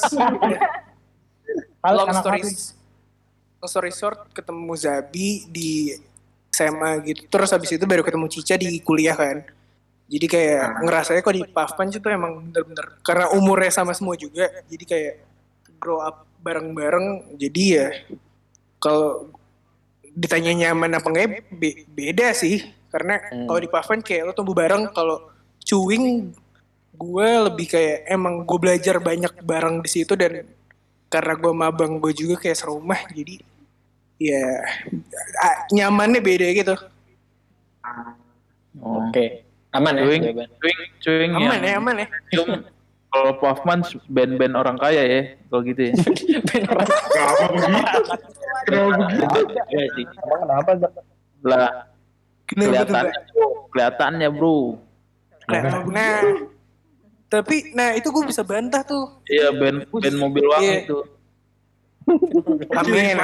long story short, ketemu Zabi di SMA gitu. Terus habis itu baru ketemu Cica di kuliah kan. Jadi kayak ngerasanya kok di Puffpan itu emang bener-bener karena umurnya sama semua juga. Jadi kayak grow up bareng-bareng. Jadi ya kalau ditanya nyaman apa enggak beda sih. Karena kalau di Puffpan kayak lo tumbuh bareng. Kalau Chewing gue lebih kayak emang gue belajar banyak bareng di situ, dan karena gue sama abang gue juga kayak serumah, jadi ya nyamannya beda gitu. Oke. Aman ya? Chewing aman ya. Kalau Puffman band-band orang kaya ya, kalau gitu ya. Band orang Iya sih. Kenapa? Lah, kelihatannya bro. Nah, tapi itu gue bisa bantah tuh. Iya, band mobil wangi itu. Amin.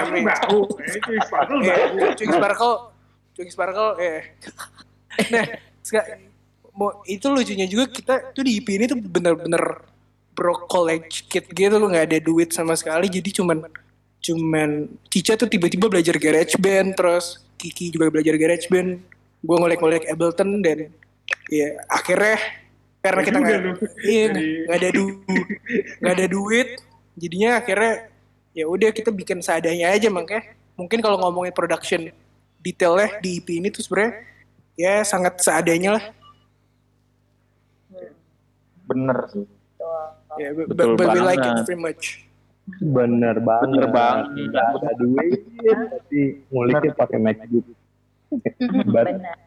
Chewing Sparkle. Nah, itu lucunya juga, kita tuh di IP ini tuh bener-bener broke college kid gitu, nggak ada duit sama sekali. Jadi cuman Cica tuh tiba-tiba belajar garage band, terus Kiki juga belajar garage band, gue ngolek-ngolek Ableton, dan ya akhirnya karena kita nggak ada duit, jadinya akhirnya ya udah kita bikin seadanya aja. Makanya mungkin kalau ngomongin production detailnya di EP ini tuh sebenarnya ya sangat seadanya lah. Bener sih. Ya, but we like it very much. Bener banget. Nggak ada duit, tapi nguliknya pakai MacBook. Benar.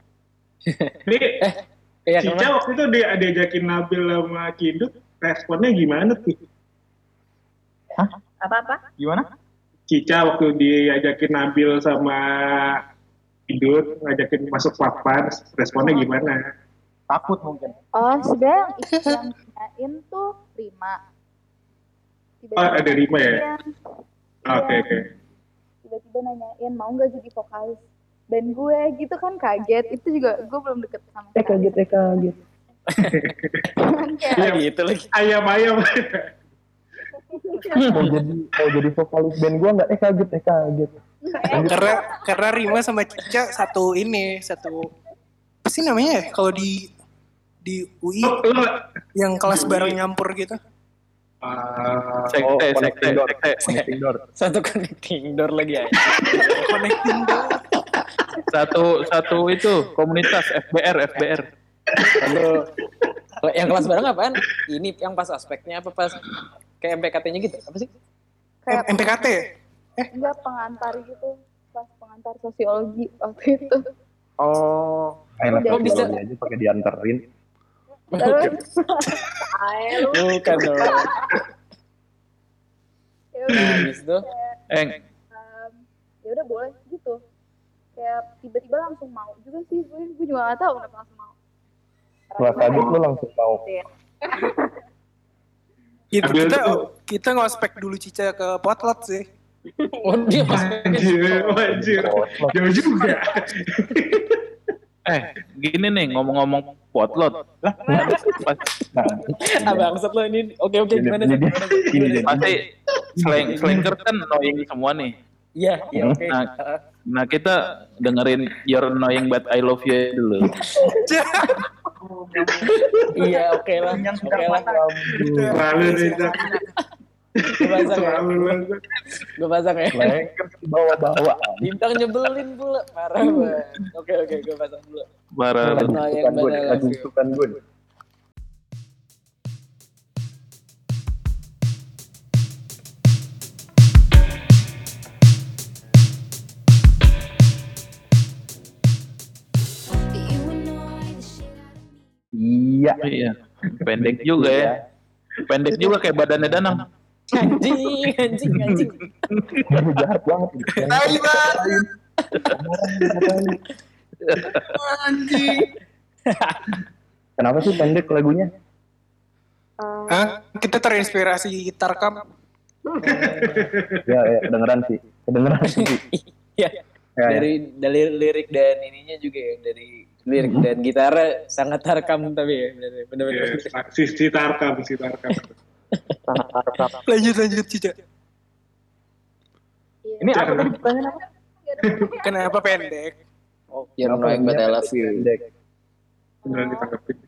Ini Cica waktu itu diajakin Nabil sama Kindut, responnya gimana tuh? Hah? Apa? Gimana? Cica waktu diajakin Nabil sama Kindut, ngajakin masuk Puffpan, responnya gimana? Takut mungkin. Oh, sebenarnya yang nanyain tuh Rima. Ada Rima ya? Oke. Tiba-tiba nanyain mau nggak jadi vokalis band gue gitu kan, kaget. Itu juga gue belum deket sama kaget. Kayak gitu lagi. Ayam. mau jadi vokalis band gue nggak? Kaget. Karena Rima sama Cica satu apa sih namanya ya kalau di UI yang kelas bareng nyampur gitu. Sekte. Satu connecting door lagi aja. Connecting door. Satu itu komunitas FBR. Yang kelas bareng apaan? Ini yang pas aspeknya apa pas kayak MPKT-nya gitu? Apa sih? Kayak MPKT ya? Enggak, pengantar gitu. Pas pengantar sosiologi waktu itu. Oh. Ayolah, Udah, bisa udah. aja pakai dianterin. Terus Bukan dong. ya udah Habis itu ya udah boleh gitu. Kayak tiba-tiba langsung mau juga sih. Gue juga gak tahu kenapa langsung mau. Setelah kaget lu langsung mau. Kita ngospek dulu Cica ke Potlot sih. oh dia pas Anjir. Jauh juga. Gini nih ngomong-ngomong potlot. bangsat lo ini. Oke gimana sih? Pasti slanker kan annoying semua nih. Iya, oke. Nah kita dengerin You're Annoying But I Love You dulu. Iya, oke lah. Lalu nih, Cak. Gue pasang ya. Slanker bawa-bawa. Bintang nyebelin pula. Parah banget. Oke, gue pasang dulu. Parah. Lagi sukan gue. Iya. Pendek juga ya. Pendek juga kayak badannya Danang. Anjing. Jahat banget. Anjing. Kenapa sih pendek lagunya? Hah? Kita terinspirasi Tarkam. Ya, kedengeran sih. Iya. Dari lirik dan ininya juga ya, dari lirik dan gitarnya sangat Tarkam tapi ya benar-benar. Si Tarkam. Lanjut Cica. Ini apa tadi pertanyaan apa? Kenapa pendek? You're Annoying But I Love You. Beneran ditangkapin.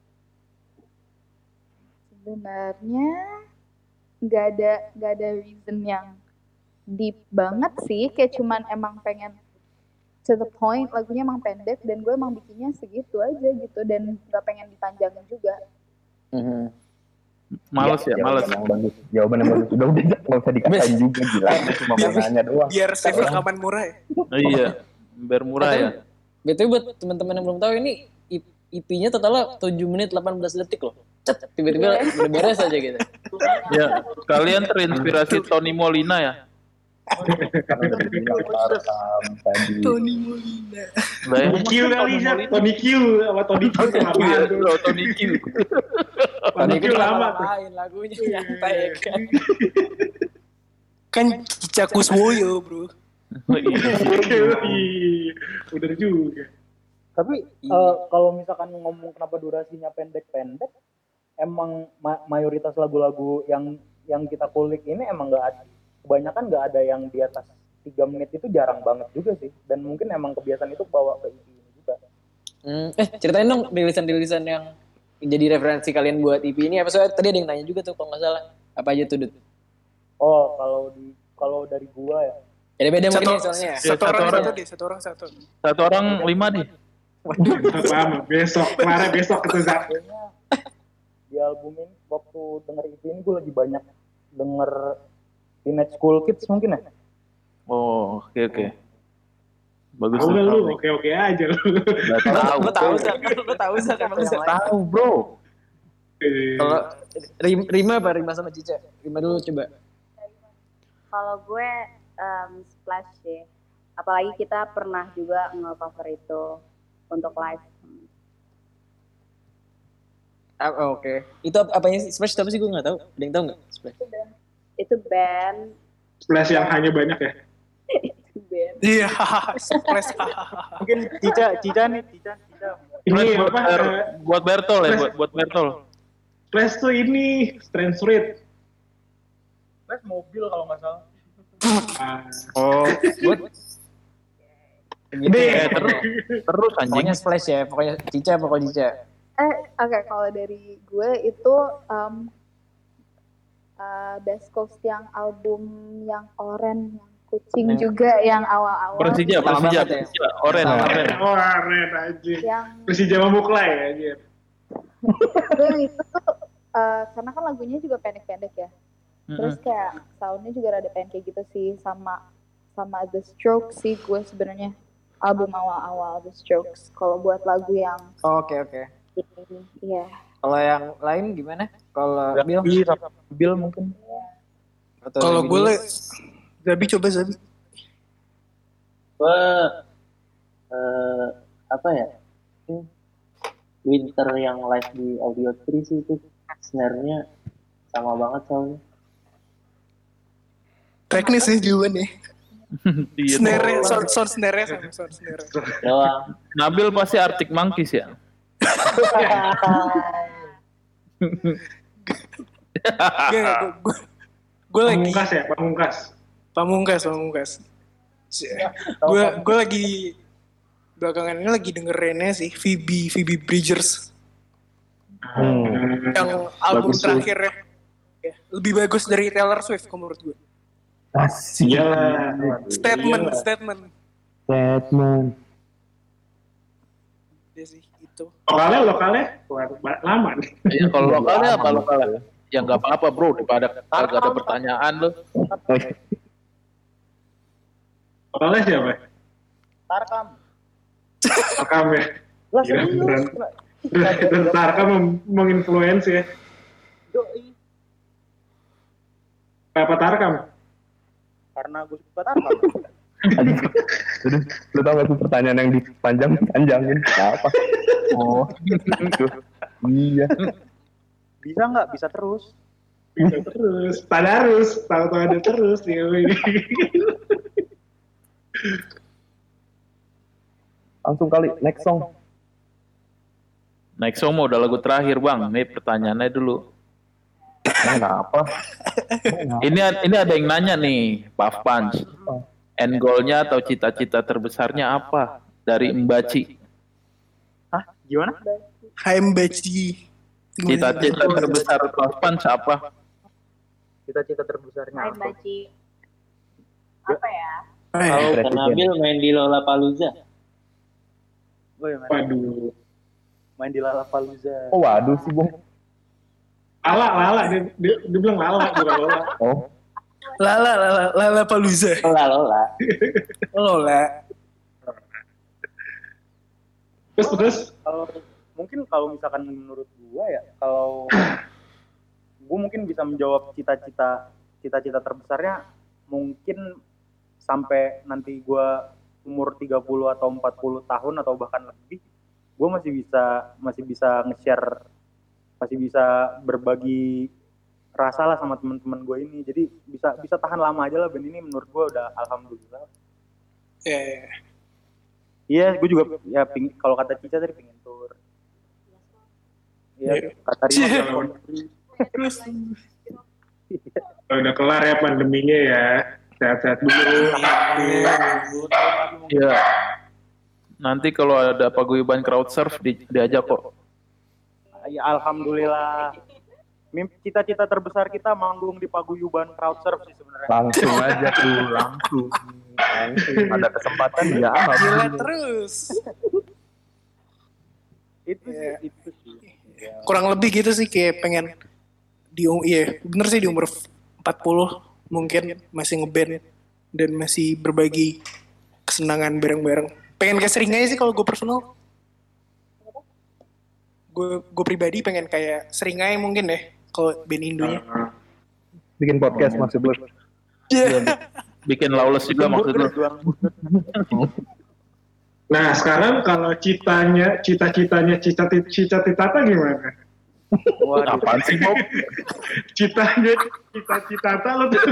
Sebenarnya nggak ada reason yang deep banget sih, kayak cuman emang pengen to the point, lagunya emang pendek dan gue emang bikinnya segitu aja gitu dan nggak pengen dipanjangin juga. Males ya. Jawaban yang bagus. Udah nggak usah dikatain juga, gila. Cuma mau nanya doang. Biar save rekaman murah ya. Iya, biar murah ya. Betul buat teman-teman yang belum tahu ini IP-nya totalnya 7 menit 18 detik loh. Tiba-tiba udah beres aja gitu. Ya, kalian terinspirasi Tony Molina ya? Tony Molina. Tony Q kali ya, Tony Q sama Tony Q lama. Tony Q. Tony Q lama tuh. Main lagunya nyantai kan. Kan Cica Kuswoyo, bro. Udah juga. Tapi kalau misalkan ngomong kenapa durasinya pendek-pendek, emang mayoritas lagu-lagu yang kita kulik ini emang kebanyakan nggak ada yang di atas 3 menit, itu jarang banget juga sih. Dan mungkin emang kebiasaan itu bawa ke EP ini juga. Ceritain dong rilisan-rilisan yang jadi referensi kalian buat EP ini. Apa soalnya tadi ada yang nanya juga tuh kalau nggak salah. Apa aja tuh, Dut? Oh, kalau dari gua ya. Beda mungkin ya soalnya. Satu orang 5 deh. Lama, kemarin besok itu Zak. Di album ini waktu denger EP ini gue lagi banyak denger Teenage School Kids mungkin ya. Oh, oke. Bagus. Udah lu, oke aja lu. Lu tahu Zak emang Zak. Tahu, bro. Kalau Rima sama Cica? Rima dulu coba. Kalau gue Splash sih. Apalagi kita pernah juga nge-cover itu untuk live. Oke. Itu apanya sih? Splash apa sih, gue nggak tahu. Ada yang tahu nggak? Splash. Itu band. Splash yang hanya banyak ya? Itu band. Iya, Splash. Mungkin Cica nih. Ini apa? Buat Bertol ya, buat Bertol. Splash tuh ini Strange Fruit. Splash mobil kalau nggak salah. Oh, buat terus anjing. Pokoknya Splash ya, pokoknya Cica. Oke, kalau dari gue itu Best Coast yang album yang Oren, yang kucing juga, yang awal-awal. Persija. Oren Oren aja. Yang Persija Mamuklai aja. Gue itu tuh karena kan lagunya juga pendek-pendek ya. Terus kayak soundnya juga rada pendek gitu sih, sama The Strokes sih gue sebenarnya album awal-awal The Strokes. Kalau buat lagu yang Oke. iya. Kalau yang lain gimana? Kalau Bill mungkin. Kalau gue Zabi coba Zabi. Gue apa ya? Winter yang live di Audio 3 sih itu snare-nya sama banget soalnya. Teknis nih juga nih. Iya. Sound snare-nya sama sound snare. Doang. Nabil pasti Arctic Monkeys ya. Gue lagi Pamungkas ya, Pamungkas. Gue lagi belakangan ini lagi dengerinnya sih Phoebe Bridgers. Yang album Bagus terakhirnya ya, lebih bagus dari Taylor Swift menurut gue. Iyalah. Statement. Ya sih itu. Lokalnya lama nih. Iya, kalau lokalnya apa lokalnya? Ya nggak apa-apa bro, daripada kagak ada pertanyaan lo. Lokalnya siapa? Tarkam. Tarkam ya. Lah Gila, serius. Dan Tarkam menginfluence ya. Apa Tarkam? Karena gue suka Tarkam. Udah, lu tau gak tuh pertanyaan yang dipanjangin apa? Oh, gitu. Iya. Bisa nggak? Bisa terus. Bisa terus. Tadarus. Tahu-tahu ada terus. Ya. Langsung kali, next song. Next song mau udah lagu terakhir bang. Nih pertanyaannya dulu. Kenapa? Ini ada yang nanya nih, Puff Punch. End goal-nya atau cita-cita terbesarnya apa dari Mbaci? Hah? Gimana? Hai Mbaci. Cita-cita terbesar Puff Punch apa? Cita-cita terbesarnya Hai apa? Baci. Apa ya? Kalau Kak Nabil main di Lollapalooza. Waduh. Main di Lollapalooza. Oh, waduh sih, Bung. Lala. Dia bilang Lala, bukan Lola. Oh. Lala Palooza. Lola. Terus. Mungkin kalau misalkan menurut gua ya, kalau gua mungkin bisa menjawab cita-cita terbesarnya mungkin sampai nanti gua umur 30 atau 40 tahun atau bahkan lebih, gua masih bisa nge-share, masih bisa berbagi rasa lah sama teman-teman gue ini. Jadi bisa tahan lama aja lah band ini, menurut gue udah alhamdulillah. Iya, gue juga ya kalau kata Cica tadi pengen tour. Iya, kata Rima Terus Udah kelar ya pandeminya ya. Sehat-sehat dulu. Iya. Nanti kalau ada paguyuban crowd surf diajak kok. Ya alhamdulillah. Cita-cita terbesar kita manggung di paguyuban crowd surf sih sebenarnya. Langsung aja tuh, langsung. Ada kesempatan ya. gila terus. Itu sih. Ya. Kurang lebih gitu sih, kayak pengen bener sih di umur 40 mungkin masih ngeband dan masih berbagi kesenangan bareng-bareng. Pengen kayak sering aja sih kalau gue personal. Gue pribadi pengen kayak Seringai mungkin deh kalau band Indonya. Bikin podcast maksud lu. Bikin Lawless juga maksud lu. Nah sekarang kalau cita-citanya Tata gimana? Waduh. Apaan sih Bob? Cita-cita lo tuh.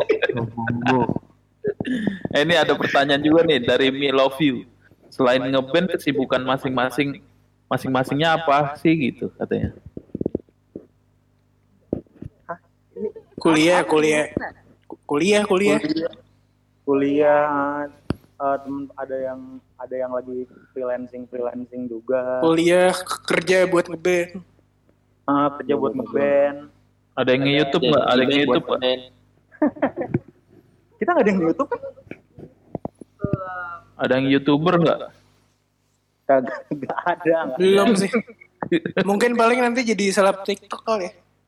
Ini ada pertanyaan juga nih dari Me Love You. Selain ngeband, kesibukan masing-masingnya apa sih gitu katanya? Kuliah. Temen ada yang lagi freelancing juga. Kuliah, kerja buat ngeband. Kerja buat ngeband. Ada yang nge-YouTube nggak? Ada yang nge-YouTube nggak? Kita nggak ada yang YouTube kan? Ada yang YouTuber nggak? Kagak ada. Belum sih. Mungkin paling nanti jadi seleb TikTok kali ya.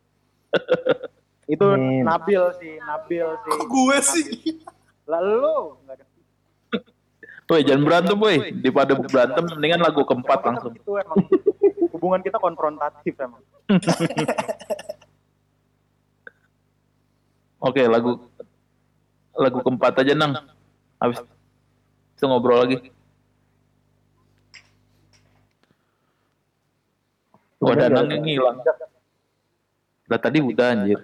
Itu Nabil sih. Kok gue sih? Lalu nggak ada. Woi, jangan berantem, woi. Daripada berantem, mendingan lagu keempat langsung. Itu emang hubungan kita konfrontatif emang. Oke, lagu keempat aja, Nang. Habis itu ngobrol lagi. Udah Nang yang hilang. Lah tadi udah anjir.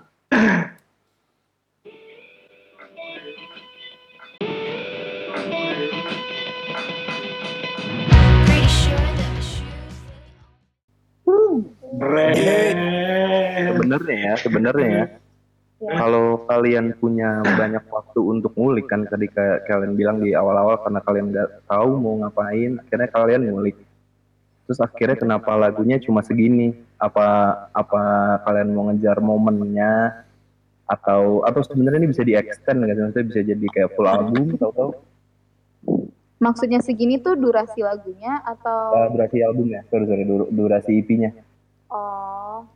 Sebenarnya ya. Kalau kalian punya banyak waktu untuk ngulik kan tadi kayak kalian bilang di awal-awal karena kalian nggak tahu mau ngapain, akhirnya kalian ngulik. Terus akhirnya kenapa lagunya cuma segini? Apa kalian mau ngejar momennya atau sebenarnya ini bisa di-extend nggak sih? Maksudnya bisa jadi kayak full album tahu-tahu? Maksudnya segini tuh durasi lagunya atau Durasi albumnya? Sorry, durasi EP-nya. Oh.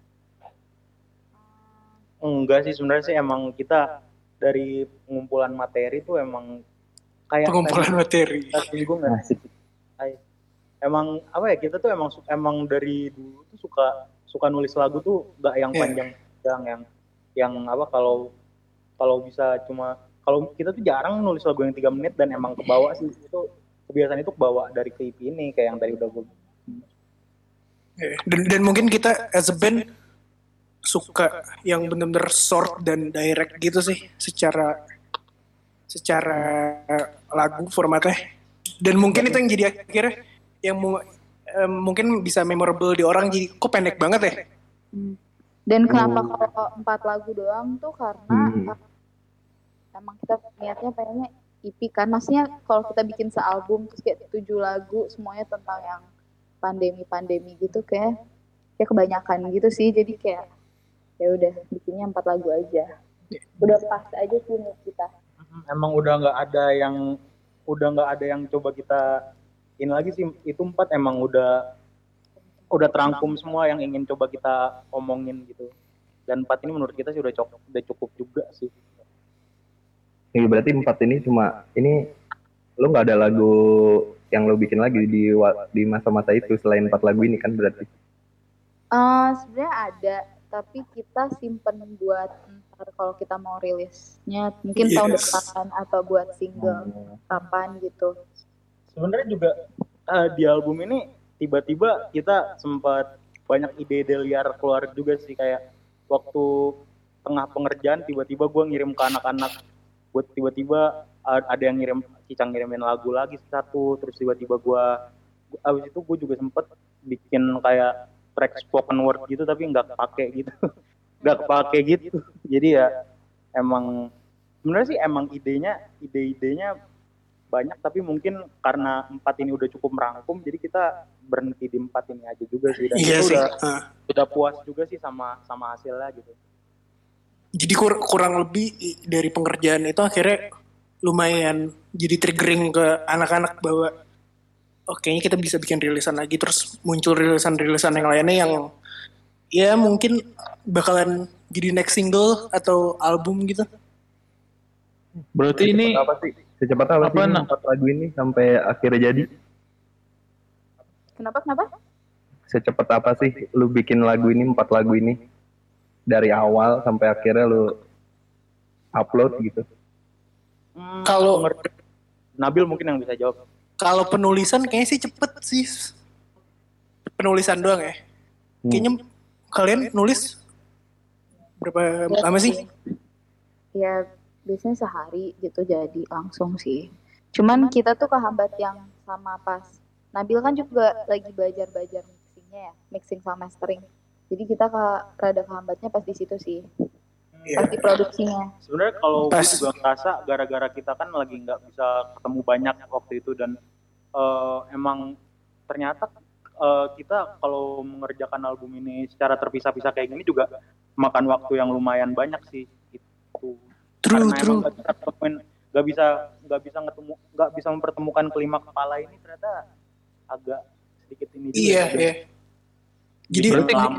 Enggak sih, sebenarnya sih emang kita dari pengumpulan materi tuh emang kayak pengumpulan materi. Gue nggak emang apa ya, kita tuh emang dari dulu tuh suka nulis lagu tuh nggak yang panjang, yang apa kalau bisa cuma kalau kita tuh jarang nulis lagu yang 3 menit dan emang kebawa sih, itu kebiasaan itu kebawa dari klip ini kayak yang tadi udah gue. Dan mungkin kita as a band suka yang benar-benar short dan direct gitu sih secara lagu formatnya, dan mungkin itu yang jadi akhirnya yang mungkin bisa memorable di orang, jadi kok pendek banget ya. Dan kenapa kalau 4 lagu doang tuh karena emang kita niatnya pengennya EP kan, maksudnya kalau kita bikin sealbum terus kayak 7 lagu semuanya tentang yang pandemi gitu kayak kebanyakan gitu sih, jadi kayak ya udah bikinnya 4 lagu aja, udah pas aja sih menurut kita. Emang udah nggak ada yang coba kita ini lagi sih, itu 4 emang udah terangkum semua yang ingin coba kita omongin gitu, dan 4 ini menurut kita sih udah cukup juga sih. Ya, berarti 4 ini cuma ini lo nggak ada lagu yang lo bikin lagi di masa-masa itu selain 4 lagu ini kan berarti? Sebenarnya ada, tapi kita simpen buat ntar kalau kita mau rilisnya mungkin tahun depan atau buat single kapan gitu. Sebenarnya juga di album ini tiba-tiba kita sempat banyak ide liar keluar juga sih, kayak waktu tengah pengerjaan tiba-tiba gue ngirim ke anak-anak buat tiba-tiba ada yang ngirimin lagu lagi satu, terus tiba-tiba abis itu gue juga sempet bikin kayak track spoken word gitu tapi nggak kepake gitu. Jadi ya emang sebenarnya sih emang ide-idenya banyak, tapi mungkin karena 4 ini udah cukup merangkum jadi kita berhenti di 4 ini aja juga sih, dan itu udah puas juga sih sama hasilnya gitu. Jadi kurang lebih dari pengerjaan itu akhirnya lumayan jadi triggering ke anak-anak bahwa kayaknya kita bisa bikin rilisan lagi, terus muncul rilisan yang lainnya yang ya mungkin bakalan jadi next single atau album gitu. Berarti ini secepat apa sih 4 lagu ini sampai akhirnya jadi? Kenapa? Secepat apa sih lu bikin lagu ini, 4 lagu ini dari awal sampai akhirnya lu upload gitu? Kalau Nabil mungkin yang bisa jawab. Kalau penulisan kayaknya sih cepet sih. Penulisan doang ya. Kayaknya kalian nulis berapa lama sih? Ya biasanya sehari gitu jadi langsung sih. Cuman kita tuh kehambat yang sama pas Nabil kan juga lagi belajar mixingnya ya, mixing sama mastering. Jadi kita rada kehambatnya pas di situ sih. Pas di produksinya. Sebenarnya kalau gue juga ngerasa gara-gara kita kan lagi nggak bisa ketemu banyak waktu itu, dan emang ternyata kita kalau mengerjakan album ini secara terpisah-pisah kayak gini juga makan waktu yang lumayan banyak sih gitu. Karena emang nggak bisa mempertemukan kelima kepala ini ternyata agak sedikit ini juga. Iya. Jadi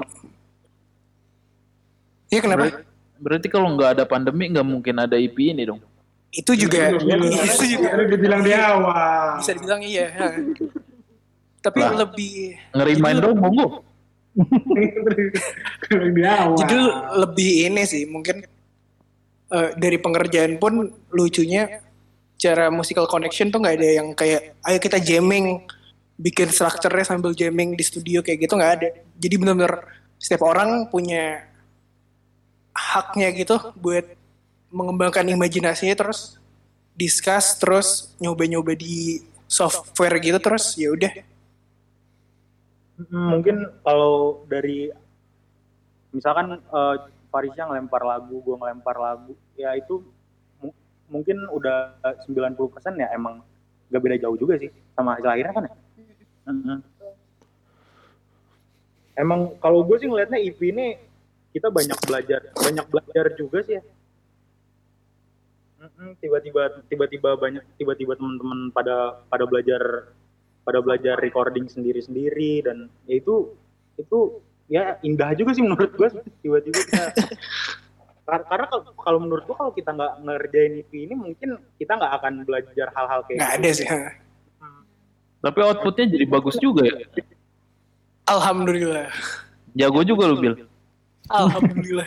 iya kenapa? Berarti kalau nggak ada pandemi nggak mungkin ada EP ini dong. Itu juga dibilang di awal. Bisa dibilang iya. Tapi lebih ngerimain dong monggo. Di awal. Jadi lebih ini sih mungkin dari pengerjaan pun lucunya cara musical connection tuh nggak ada yang kayak ayo kita jamming bikin strukturnya sambil jamming di studio kayak gitu, nggak ada. Jadi benar-benar setiap orang punya haknya gitu buat mengembangkan imajinasinya, terus discuss, terus nyoba-nyoba di software gitu, terus ya udah. Mungkin kalau dari misalkan Farisya ngelempar lagu, gue ngelempar lagu, ya itu mungkin udah 90% ya emang gak beda jauh juga sih sama hasil akhirnya kan ya. Emang kalau gue sih ngelihatnya EP ini kita banyak belajar juga sih ya. Tiba-tiba teman-teman pada belajar recording sendiri-sendiri, dan ya itu ya indah juga sih menurut gue. Tiba-tiba kita karena kalau menurut gue kalau kita nggak ngerjain EP ini mungkin kita nggak akan belajar hal-hal kayak nggak gitu. ada sih. Tapi outputnya jadi bagus juga ya. Alhamdulillah. Jago juga lu Bil. Alhamdulillah.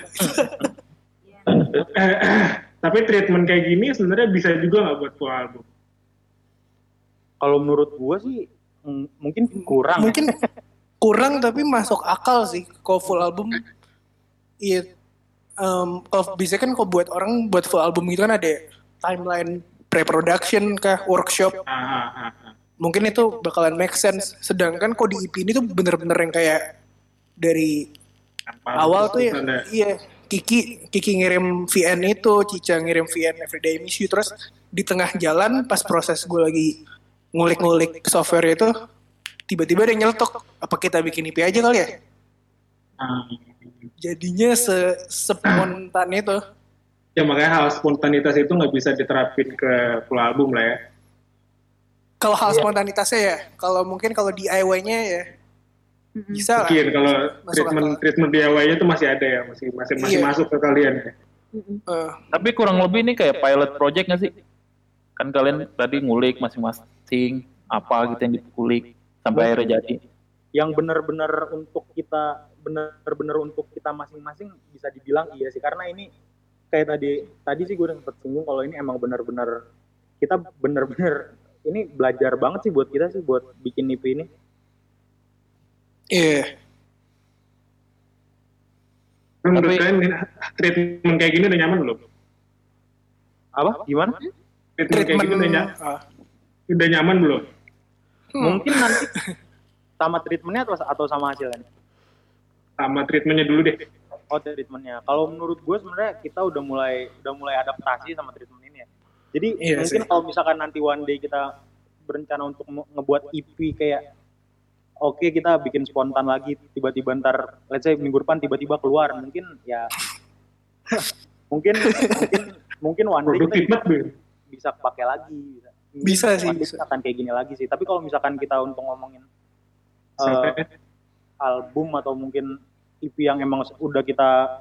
Tapi treatment kayak gini sebenarnya bisa juga nggak buat full album? Kalau menurut gue sih mungkin kurang. Mungkin kurang tapi masuk akal sih. Kalau full album, iya. Kalau bisa kan kalau buat orang buat full album gitu kan ada timeline pre-production kah, workshop. Mungkin itu bakalan make sense. Sedangkan kok di EP ini tuh bener-bener yang kayak dari awal tuh ya, iya. Kiki ngirim VN itu, Cica ngirim VN Everyday Miss You, terus di tengah jalan pas proses gue lagi ngulik-ngulik software itu, tiba-tiba ada yang nyeletuk, apa kita bikin EP aja kali ya? Jadinya spontan itu. Ya makanya hal spontanitas itu nggak bisa diterapin ke full album lah ya. Kalau hal spontanitasnya ya, kalau mungkin kalau DIY-nya ya bisa lah. Mungkin kalau treatment DIY-nya itu masih ada ya, masih masuk ke kalian ya. Tapi kurang lebih ini kayak pilot project nggak sih? Kan kalian tadi ngulik masing-masing apa gitu yang dikulik sampai akhirnya jadi. Yang benar-benar untuk kita masing-masing bisa dibilang iya sih, karena ini kayak tadi sih gue udah sempat singgung kalau ini emang benar-benar kita benar-benar ini belajar banget sih buat kita sih buat bikin EP ini. Iya. Menurut kalian treatment kayak gini udah nyaman belum? Apa? Gimana? Treatment kayak gini udah nyaman belum? Mungkin nanti sama treatmentnya atau sama hasilnya? Sama treatmentnya dulu deh. Oh, treatmentnya. Kalau menurut gue sebenarnya kita udah mulai adaptasi sama treatment ini ya. Jadi mungkin kalau misalkan nanti one day kita berencana untuk ngebuat EP kayak oke, kita bikin spontan lagi, tiba-tiba ntar, let's say minggu depan tiba-tiba keluar, mungkin ya, mungkin one day kita bisa pakai lagi, bisa sih, akan kayak gini lagi sih. Tapi kalau misalkan kita untuk ngomongin album atau mungkin EP yang emang udah kita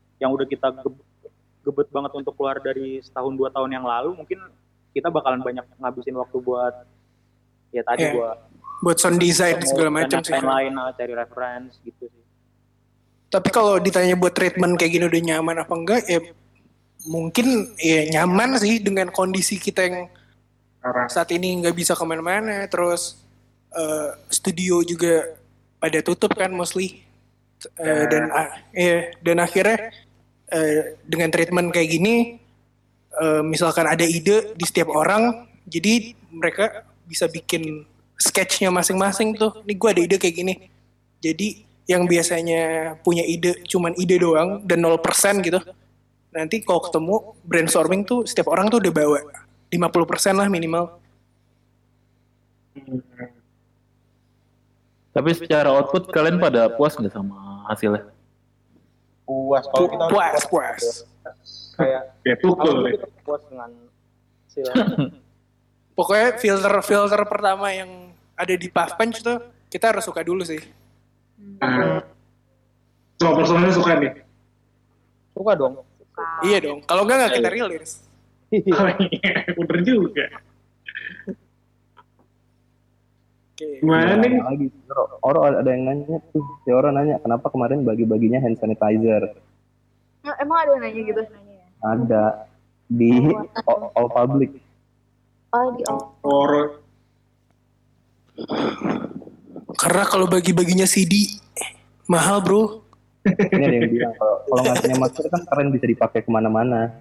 gebet banget untuk keluar dari setahun 2 tahun yang lalu, mungkin kita bakalan banyak ngabisin waktu buat ya tadi buat sound design segala macam sih. Lain cari reference gitu sih. Tapi kalau ditanya buat treatment kayak gini udah nyaman apa enggak, ya mungkin ya nyaman sih dengan kondisi kita yang saat ini nggak bisa kemana-mana, terus studio juga pada tutup kan mostly, dan akhirnya dengan treatment kayak gini, misalkan ada ide di setiap orang, jadi mereka bisa bikin sketchnya masing-masing tuh. Nih gue ada ide kayak gini. Jadi yang biasanya punya ide cuman ide doang dan 0% gitu. Nanti kalau ketemu brainstorming tuh setiap orang tuh udah bawa 50% lah minimal. Tapi secara output kalian pada puas nggak sama hasilnya? Puas. Kalau kita puas. Kayak kita puas dengan hasil. Pokoknya filter pertama yang ada di Puff Punch tuh kita harus suka dulu sih. Semua personalnya suka nih. Suka dong. Iya dong. Kalau nggak kita rilis. Oh, iya, bener juga. Gimana nih? Lagi, orang ada yang nanya tuh, si orang nanya kenapa kemarin bagi-baginya hand sanitizer. Emang ada yang nanya gitu? Ada di all public. Oh, di all. Orang Karena kalau bagi-baginya CD mahal bro. Ini ada yang bilang kalau nggak punya masker kan keren bisa dipakai kemana-mana.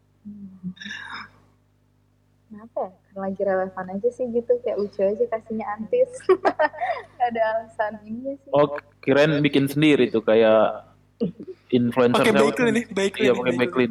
Kenapa ya? Karena lagi relevan aja sih gitu. Kayak lucu aja kasihnya antis. Gak ada alasan ini sih. Oh, kirain bikin sendiri tuh kayak influencer. Pakai Baiklin nih, Baiklin. Iya, pakai Baiklin.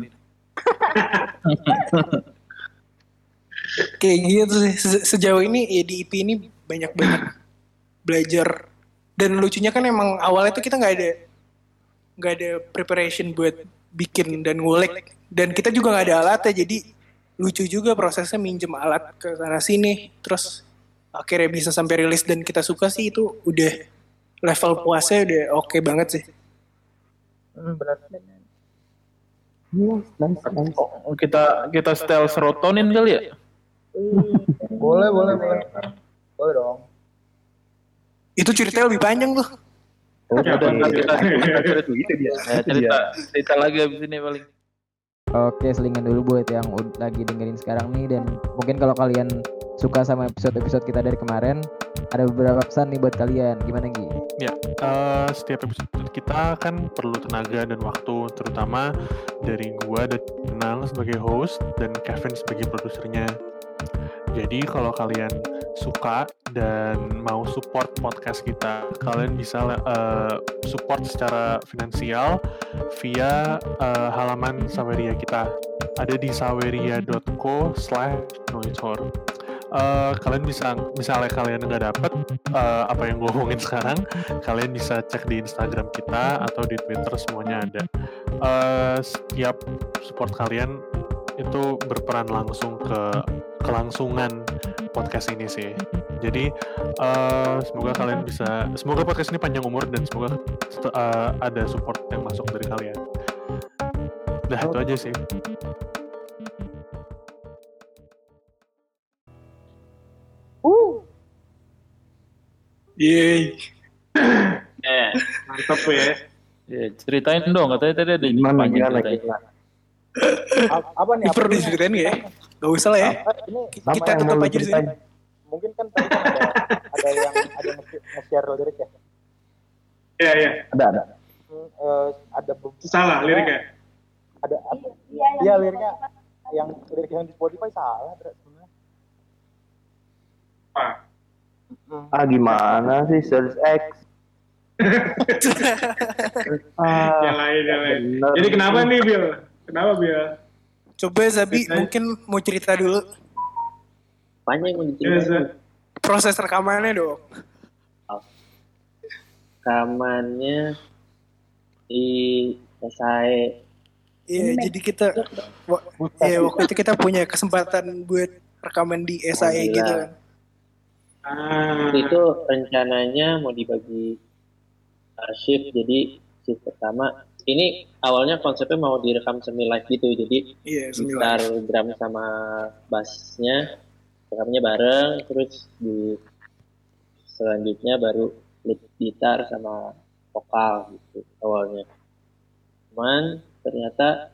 Kayak gitu sih. Sejauh ini ya di IP ini banyak banget belajar. Dan lucunya kan emang awalnya tuh kita nggak ada preparation buat bikin dan ngulik. Dan kita juga nggak ada alatnya, jadi lucu juga prosesnya minjem alat ke sana sini. Terus akhirnya bisa sampai rilis dan kita suka sih, itu udah level puasnya udah oke banget sih. Benar. Nice. Oh, kita setel serotonin kali ya? Boleh. Boleh dong. Itu ceritanya lebih panjang tuh. Cerita lagi abis ini paling. Oke, selingan dulu buat yang lagi dengerin sekarang nih, dan mungkin kalau kalian suka sama episode-episode kita dari kemarin, ada beberapa pesan nih buat kalian. Gimana Gi? Ya, setiap episode kita kan perlu tenaga dan waktu, terutama dari gua dan Nang sebagai host dan Kevin sebagai produsernya. Jadi kalau kalian suka dan mau support podcast kita, kalian bisa support secara finansial via halaman Saweria kita. Ada di saweria.co/noitor. Kalian bisa, misalnya kalian nggak dapet apa yang gue omongin sekarang, kalian bisa cek di Instagram kita atau di Twitter, semuanya ada. Setiap support kalian itu berperan langsung ke kelangsungan podcast ini sih. Jadi semoga podcast ini panjang umur dan semoga ada support yang masuk dari kalian. Nah, itu aja sih. Yeay. mantap ya. Ceritain dong, katanya tadi ada Gimana? Apa nih? Perlu diceritain nggak ya? Gak usah lah ya. Kita tutup aja di sini. Mungkin kan tadi kan ada yang nge-share lirik ya. Iya. Ada. Ada Salah liriknya. Ada iya liriknya yang di Spotify salah sebenarnya. Gimana sih search X? Yang lain. Jadi kenapa nih Bill? Coba Zabi mungkin mau cerita dulu. Apanya yang mau diceritain? Proses rekamannya dong. Rekamannya di SAE. Iya, jadi kita waktu itu kita punya kesempatan buat rekaman di SAE gitu kan. Itu rencananya mau dibagi shift, jadi shift pertama ini awalnya konsepnya mau direkam semi live gitu, jadi gitar, drum sama bassnya rekamnya bareng, terus di selanjutnya baru lead gitar sama vokal gitu awalnya. Cuman ternyata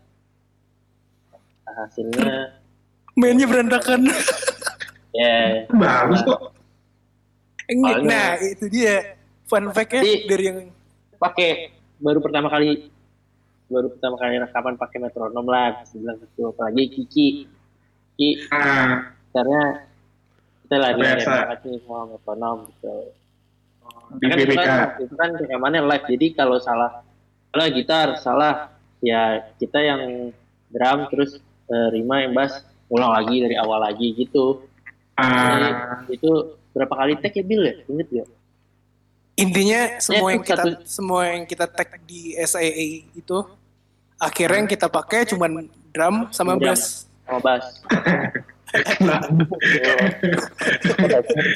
hasilnya mainnya berantakan. Ya. Bagus kok. Nah, itu dia fun fact-nya dari yang pakai baru pertama kali rekaman pakai metronom lah, bilang gitu. Apalagi Kiki karena kita lagi banget nih sama metronom gitu. Itu kan rekamannya live, jadi kalau gitar salah ya kita yang drum, terus Rima yang bass ulang lagi dari awal lagi gitu. Jadi, itu berapa kali take ya Bill ya? Ingat ya? Intinya semua yang kita tag di SAE itu akhirnya yang kita pakai cuman drum sama bass.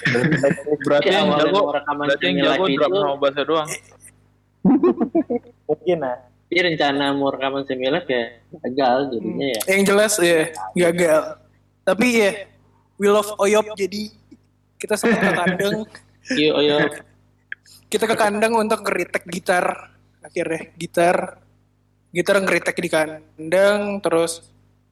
Berarti yang jago drum sama bassnya doang. Mungkin lah. Tapi rencana mau rekaman semi-live ya gagal jadinya ya. Yang jelas ya gagal. Tapi ya we love Oyop, jadi kita sempat ke kandang. Oyop. Kita ke kandang untuk ngeritek gitar. Akhirnya gitar ngeritek di kandang, terus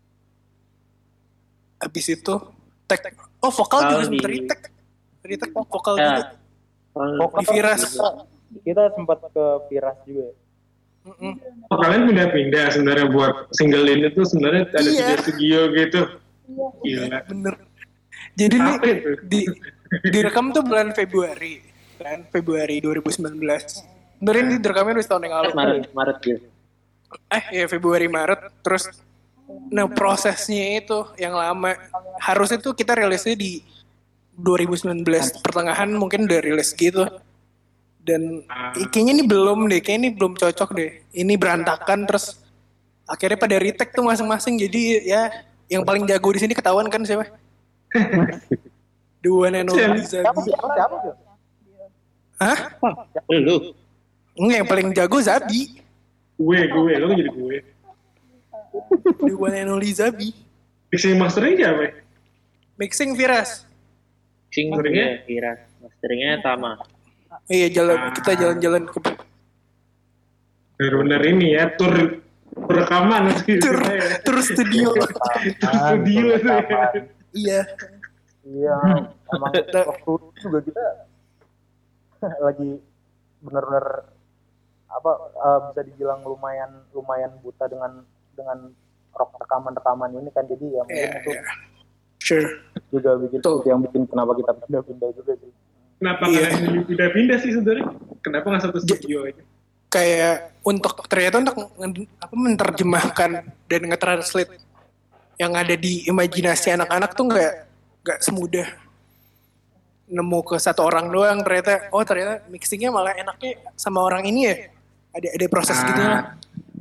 habis itu vokal juga sempat ngeritek vokal juga. Di Viras. Kita sempat ke Viras juga. Kalian pindah-pindah sebenarnya buat single ini tuh sebenarnya ada studio gitu. Iya. Bener. Jadi nih direkam tuh bulan Februari kan, Februari 2019. Beneran ini direkamnya udah setahun yang lalu. Maret gitu. Ya Februari Maret. Terus prosesnya itu yang lama. Harusnya tuh kita rilisnya di 2019 pertengahan, mungkin udah rilis gitu. Dan kayaknya ini belum deh, kayaknya ini belum cocok deh. Ini berantakan, terus akhirnya pada retake tuh masing-masing. Jadi ya yang paling jago di sini ketahuan kan siapa? The one and only Zabi. Siapa tuh? Hah? Lu? Enggak, yang paling jago Zabi. Gue, lo jadi gue. The one and only Zabi. Mixing mastering siapa? Mixing Viras. Mixingnya Viras, masteringnya Tama. Iya, kita jalan-jalan ke benar-benar ini ya, tur rekaman tur studio. Studio tuh. Iya. Iya, emang waktu itu juga kita lagi benar-benar bisa dibilang lumayan buta dengan rekaman-rekaman ini kan, jadi ya mungkin itu sure. Juga yang bikin kenapa kita pindah-pindah juga sih. Kenapa kalian pindah-pindah sih sebenarnya? Kenapa nggak satu studio aja? Kayak ternyata untuk menerjemahkan dan nge-translate yang ada di imajinasi anak-anak tuh nggak semudah nemu ke satu orang doang. Ternyata mixingnya malah enaknya sama orang ini ya. Ada proses gitu lah.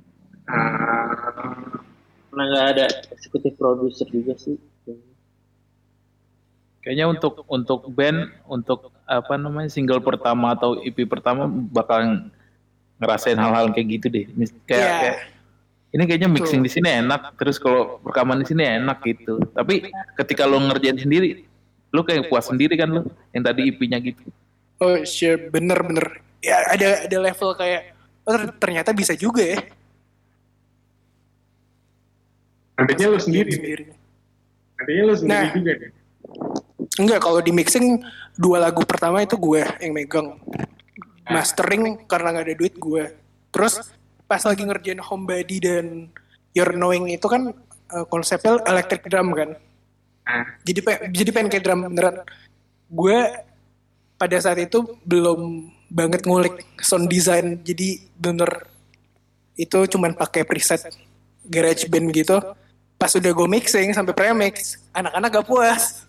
Karena nggak ada eksekutif produser juga sih. Kayaknya untuk band, untuk single pertama atau EP pertama bakal ngerasain hal-hal kayak gitu deh. Kayak ini kayaknya mixing di sini enak, terus kalau rekaman di sini enak gitu. Tapi ketika lo ngerjain sendiri, lo kayak puas sendiri kan lo, yang tadi EP-nya gitu. Oh sure, bener. Ya ada level kayak ternyata bisa juga ya. Nantinya lo sendiri. Nantinya lo sendiri juga deh. Enggak, kalau di mixing 2 lagu pertama itu gue yang megang. Mastering karena gak ada duit gue. Terus pas lagi ngerjain Homebody dan You're Knowing itu kan konsepnya electric drum kan. Jadi pengen kayak drum beneran. Gue pada saat itu belum banget ngulik sound design, jadi bener itu cuman pakai preset GarageBand gitu. Pas udah gue mixing sampai premix, anak-anak gak puas.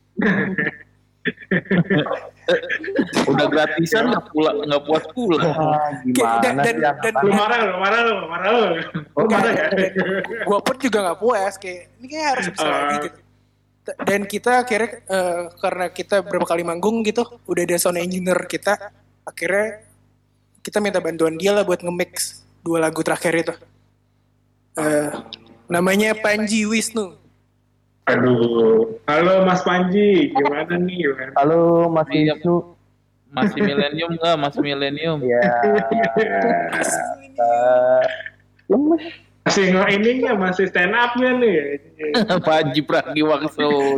Udah gratisan nggak puas pula. Gimana sih? Lu marah lu. Gue pun juga nggak puas, kayak ini kayak harus bisa lagi gitu. Dan kita akhirnya karena kita berapa kali manggung gitu, udah ada sound engineer kita, akhirnya kita minta bantuan dia lah buat nge-mix 2 lagu terakhir itu. Namanya Panji Wisnu. Aduh, halo Mas Panji, gimana nih? Halo Mas Wisnu. Masih milenium nggak? Masih milenium. Iya. Masih ininya, masih stand up-nya nih. Panji Pragiwaksono.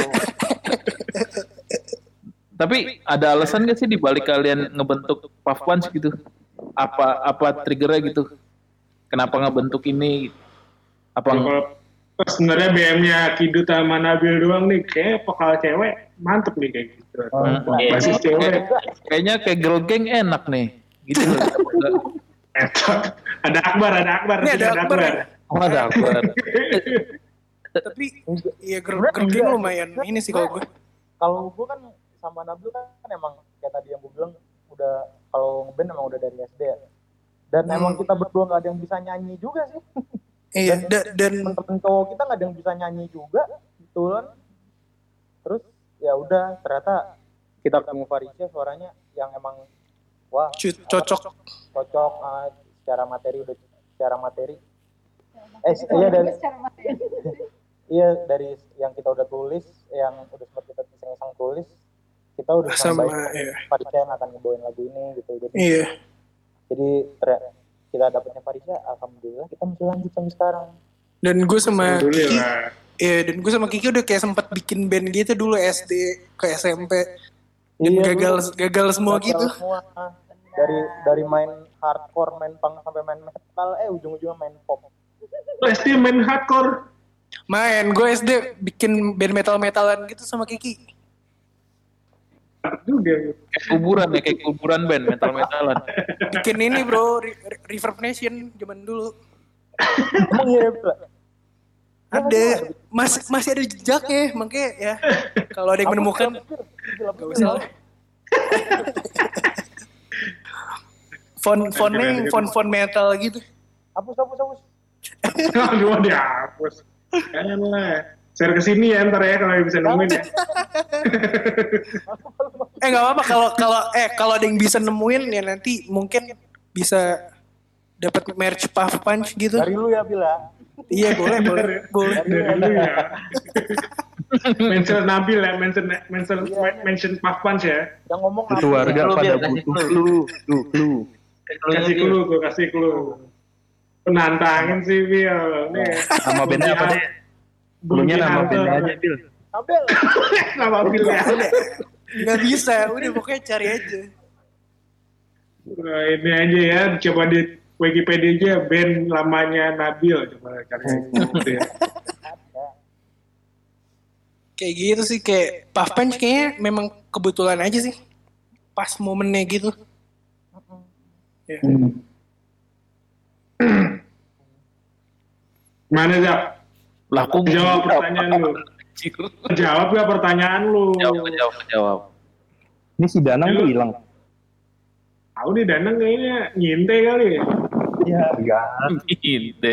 Tapi ada alasan nggak sih dibalik kalian ngebentuk Puff Punch gitu? Apa triggernya gitu? Kenapa ngebentuk ini? Sebenarnya BM-nya Kidut sama Nabil doang nih, kayak vokal cewek mantep nih kayak gitu. Basis cewek. Kayaknya kayak girl gang enak nih. Gitu loh. Ada Akbar. Ini ada Akbar. Ada Akbar. Tapi ya girl gang lumayan ini sih kalau gue. Kalau gue kan sama Nabil kan emang kayak tadi yang gue bilang, udah kalau ngeband emang udah dari SD ya. Dan emang kita berdua nggak ada yang bisa nyanyi juga sih. Iya, dan temen-temen cowok kita nggak ada yang bisa nyanyi juga, betulan. Terus ya udah, ternyata kita ketemu Farisya suaranya yang emang wah cocok. secara materi iya dari yang kita udah tulis, yang udah sempat kita iseng-iseng tulis, kita udah sama Farisha yang akan ngebawain lagu ini gitu. Jadi kita dapetnya Farisha, alhamdulillah kita masih lanjut sampai sekarang. Dan gue sama Kiki udah kayak sempat bikin band gitu dulu SD ke SMP. Dan gagal semua gitu. Dari main hardcore, main punk sampai main metal, ujung-ujungnya main pop. SD main hardcore. Gue SD bikin band metal-metalan gitu sama Kiki. Kayak kuburan band metal-metalan. Bikin ini bro, Reverb Nation zaman dulu. Emang iya bro? Ada, masih ada jejaknya, makanya ya kalau ada yang menemukan gak usah. Font metal gitu. Hapus. Aduh, dihapus. Jangan lah. Share ke sini ya ntar ya kalau bisa nemuin ya. Nggak apa-apa kalau ada yang bisa nemuin ya nanti mungkin bisa dapat merch Puff Punch gitu. Dari lu ya Bila. Iya boleh. Dari lu ya. Mention Nabil ya, mention Puff Punch ya. Yang ngomong itu warga pada butuh clue. Kasih clue. Penantangin sih Bil. Nama bandnya apa deh? Cluenya nama bandnya aja Bil. Nama Bil ya. Nggak bisa, udah pokoknya cari aja. Nah, ini aja ya, coba di Wikipedia aja band lamanya Nabil, coba cari gitu ya. Kayak gitu sih, kayak Puff Punch kayaknya memang kebetulan aja sih. Pas momennya gitu. Ya. Mana Zak? Laku jawab pertanyaan lu. Jawab gak pertanyaan lu? Jawab. Ini si Danang tuh hilang. Tahu nih Danang kayaknya nyinte kali ya. Ya, enggak. Nyinte.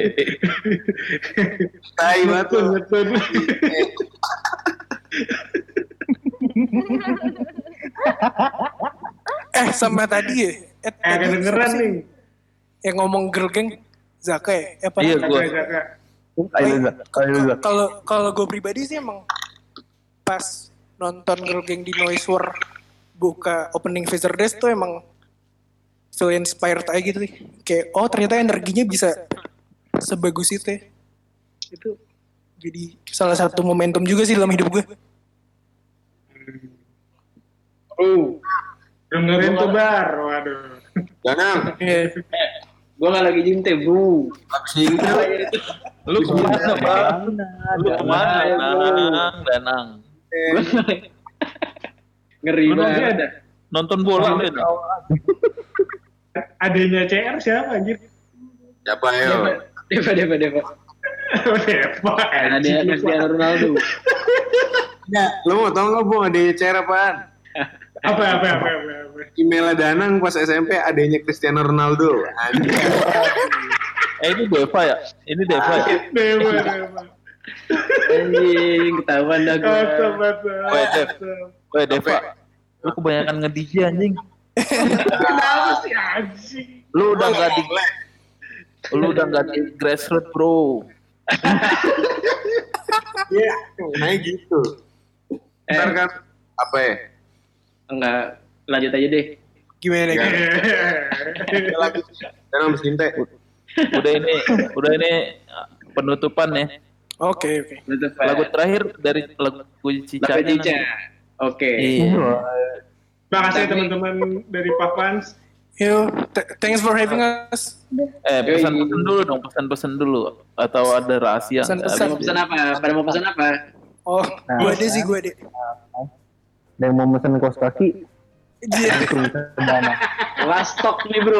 Tai betul. Sama tadi ya. Kedengeran nih. Yang ngomong girl gang Zaka ya? Iya gue. Kalau gue pribadi sih emang pas nonton girl gang di Noise War buka opening Phaser Dash tuh emang so inspired aja gitu sih. Kayak ternyata energinya bisa sebagus itu ya. Itu jadi salah satu momentum juga sih dalam hidup gue. Dengerin tuh Bar, waduh. Danang. Gue gak lagi nyinte bro. Habis nyinte Lu kemana Bang? Lu kemana Danang? Ngeri banget. Nonton bola lu. Adanya CR siapa anjir? Siapa ya? Deva. Ada Cristiano Ronaldo. Ya, lu mau tau nggak Bung adanya CR apaan? Apa? Email Danang pas SMP adanya Cristiano Ronaldo. Anjir. Ini Deva ya? Ini Deva ya? Deva. Anjing, ketahuan dah gue. Weh Deva, lu kebanyakan nge-DJ anjing. Kenapa sih anjing? Lu udah nggak di grassroots bro. Iya, kayak gitu. Ntar kan apa ya? Enggak, lanjut aja deh. Gimana? Lanjut. Sekarang habis nyinte. Udah ini penutupan ya. Oke. Lagu terakhir dari lagu Cica. Oke. Terima kasih teman-teman dari Puff Punch. Yo, thanks for having us. Pesan-pesan dulu atau ada rahasia? Pesan apa? Pada mau pesan apa? Oh, gue deh. Ada yang mau pesen kaos kaki? Iya. Last stock bro.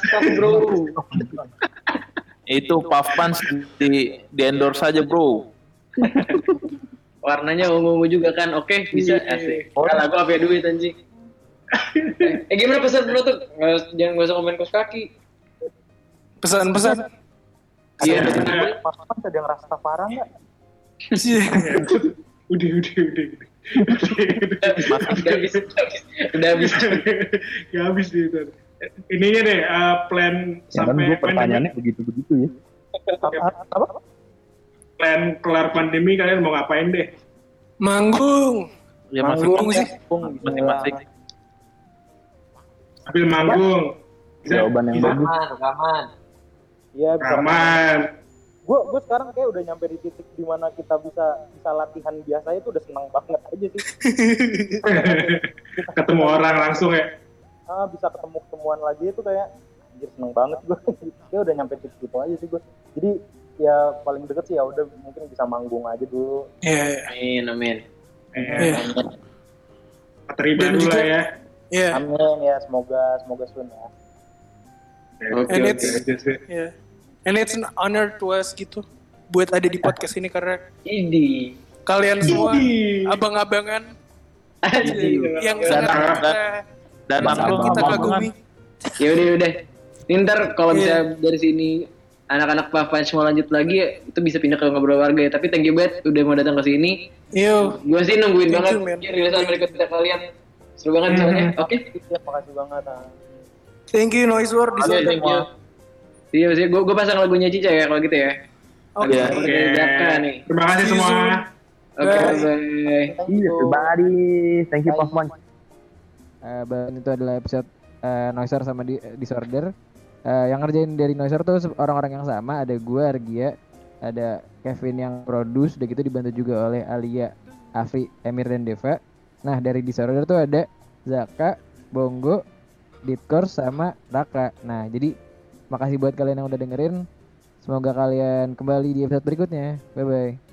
Itu Puff Punch di endorse saja bro. Warnanya ungu juga kan, oke bisa asik. Lagu apa ya duit anjing. Gimana pesan penutup? Jangan gak usah komen kaos kaki. Pesan. Iya. Mas ada yang Rastafari nggak? Udah. Udah habis. Gak habis nih. ininya deh plan sampai gue pertanyaannya begitu-begitu ya. Apa? Plan kelar pandemi kalian mau ngapain deh? Manggung. Ya Manggung sih. masing-masing. Sambil manggung. Jawaban yang bagus. Rekaman. Iya, bisa. Aman. Gue sekarang kayak udah nyampe di titik dimana kita bisa latihan biasa itu udah senang banget aja sih. Ketemu orang langsung ya. Bisa ketemuan lagi itu kayak anjir seneng banget gue. Kayak udah nyampe titik itu aja sih gue. Jadi ya paling deket sih ya udah mungkin bisa manggung aja dulu. Iya. Amin. Materi baru lah ya. Iya. Amin ya, semoga soon ya. And it's an honor to us gitu buat ada di podcast ini karena kalian semua abang-abangan yang sangat dan kita kagumi. Ya udah. Ntar kalau bisa dari sini anak-anak Pavans mau lanjut lagi itu bisa pindah ke ngobrol warga ya. Tapi thank you banget udah mau datang ke sini. Gue sih nungguin banget rilisan berikutnya kalian. Seru banget soalnya. Oke. Makasih banget. Thank you Noise War di sana. Thank you. Iya, maksudnya gue pasang lagunya Cica ya kalau gitu ya. Oke. Terima kasih semua. Oke, bye. Everybody, thank you Pavman. Itu adalah episode Noiser sama Disorder. Yang ngerjain dari Noiser tuh orang-orang yang sama. Ada gue, Argia, ada Kevin yang produce, udah gitu dibantu juga oleh Alia, Afri, Emir, dan Deva. Nah dari Disorder tuh ada Zaka, Bongo, Ditkor, sama Raka. Nah jadi makasih buat kalian yang udah dengerin. Semoga kalian kembali di episode berikutnya. Bye-bye.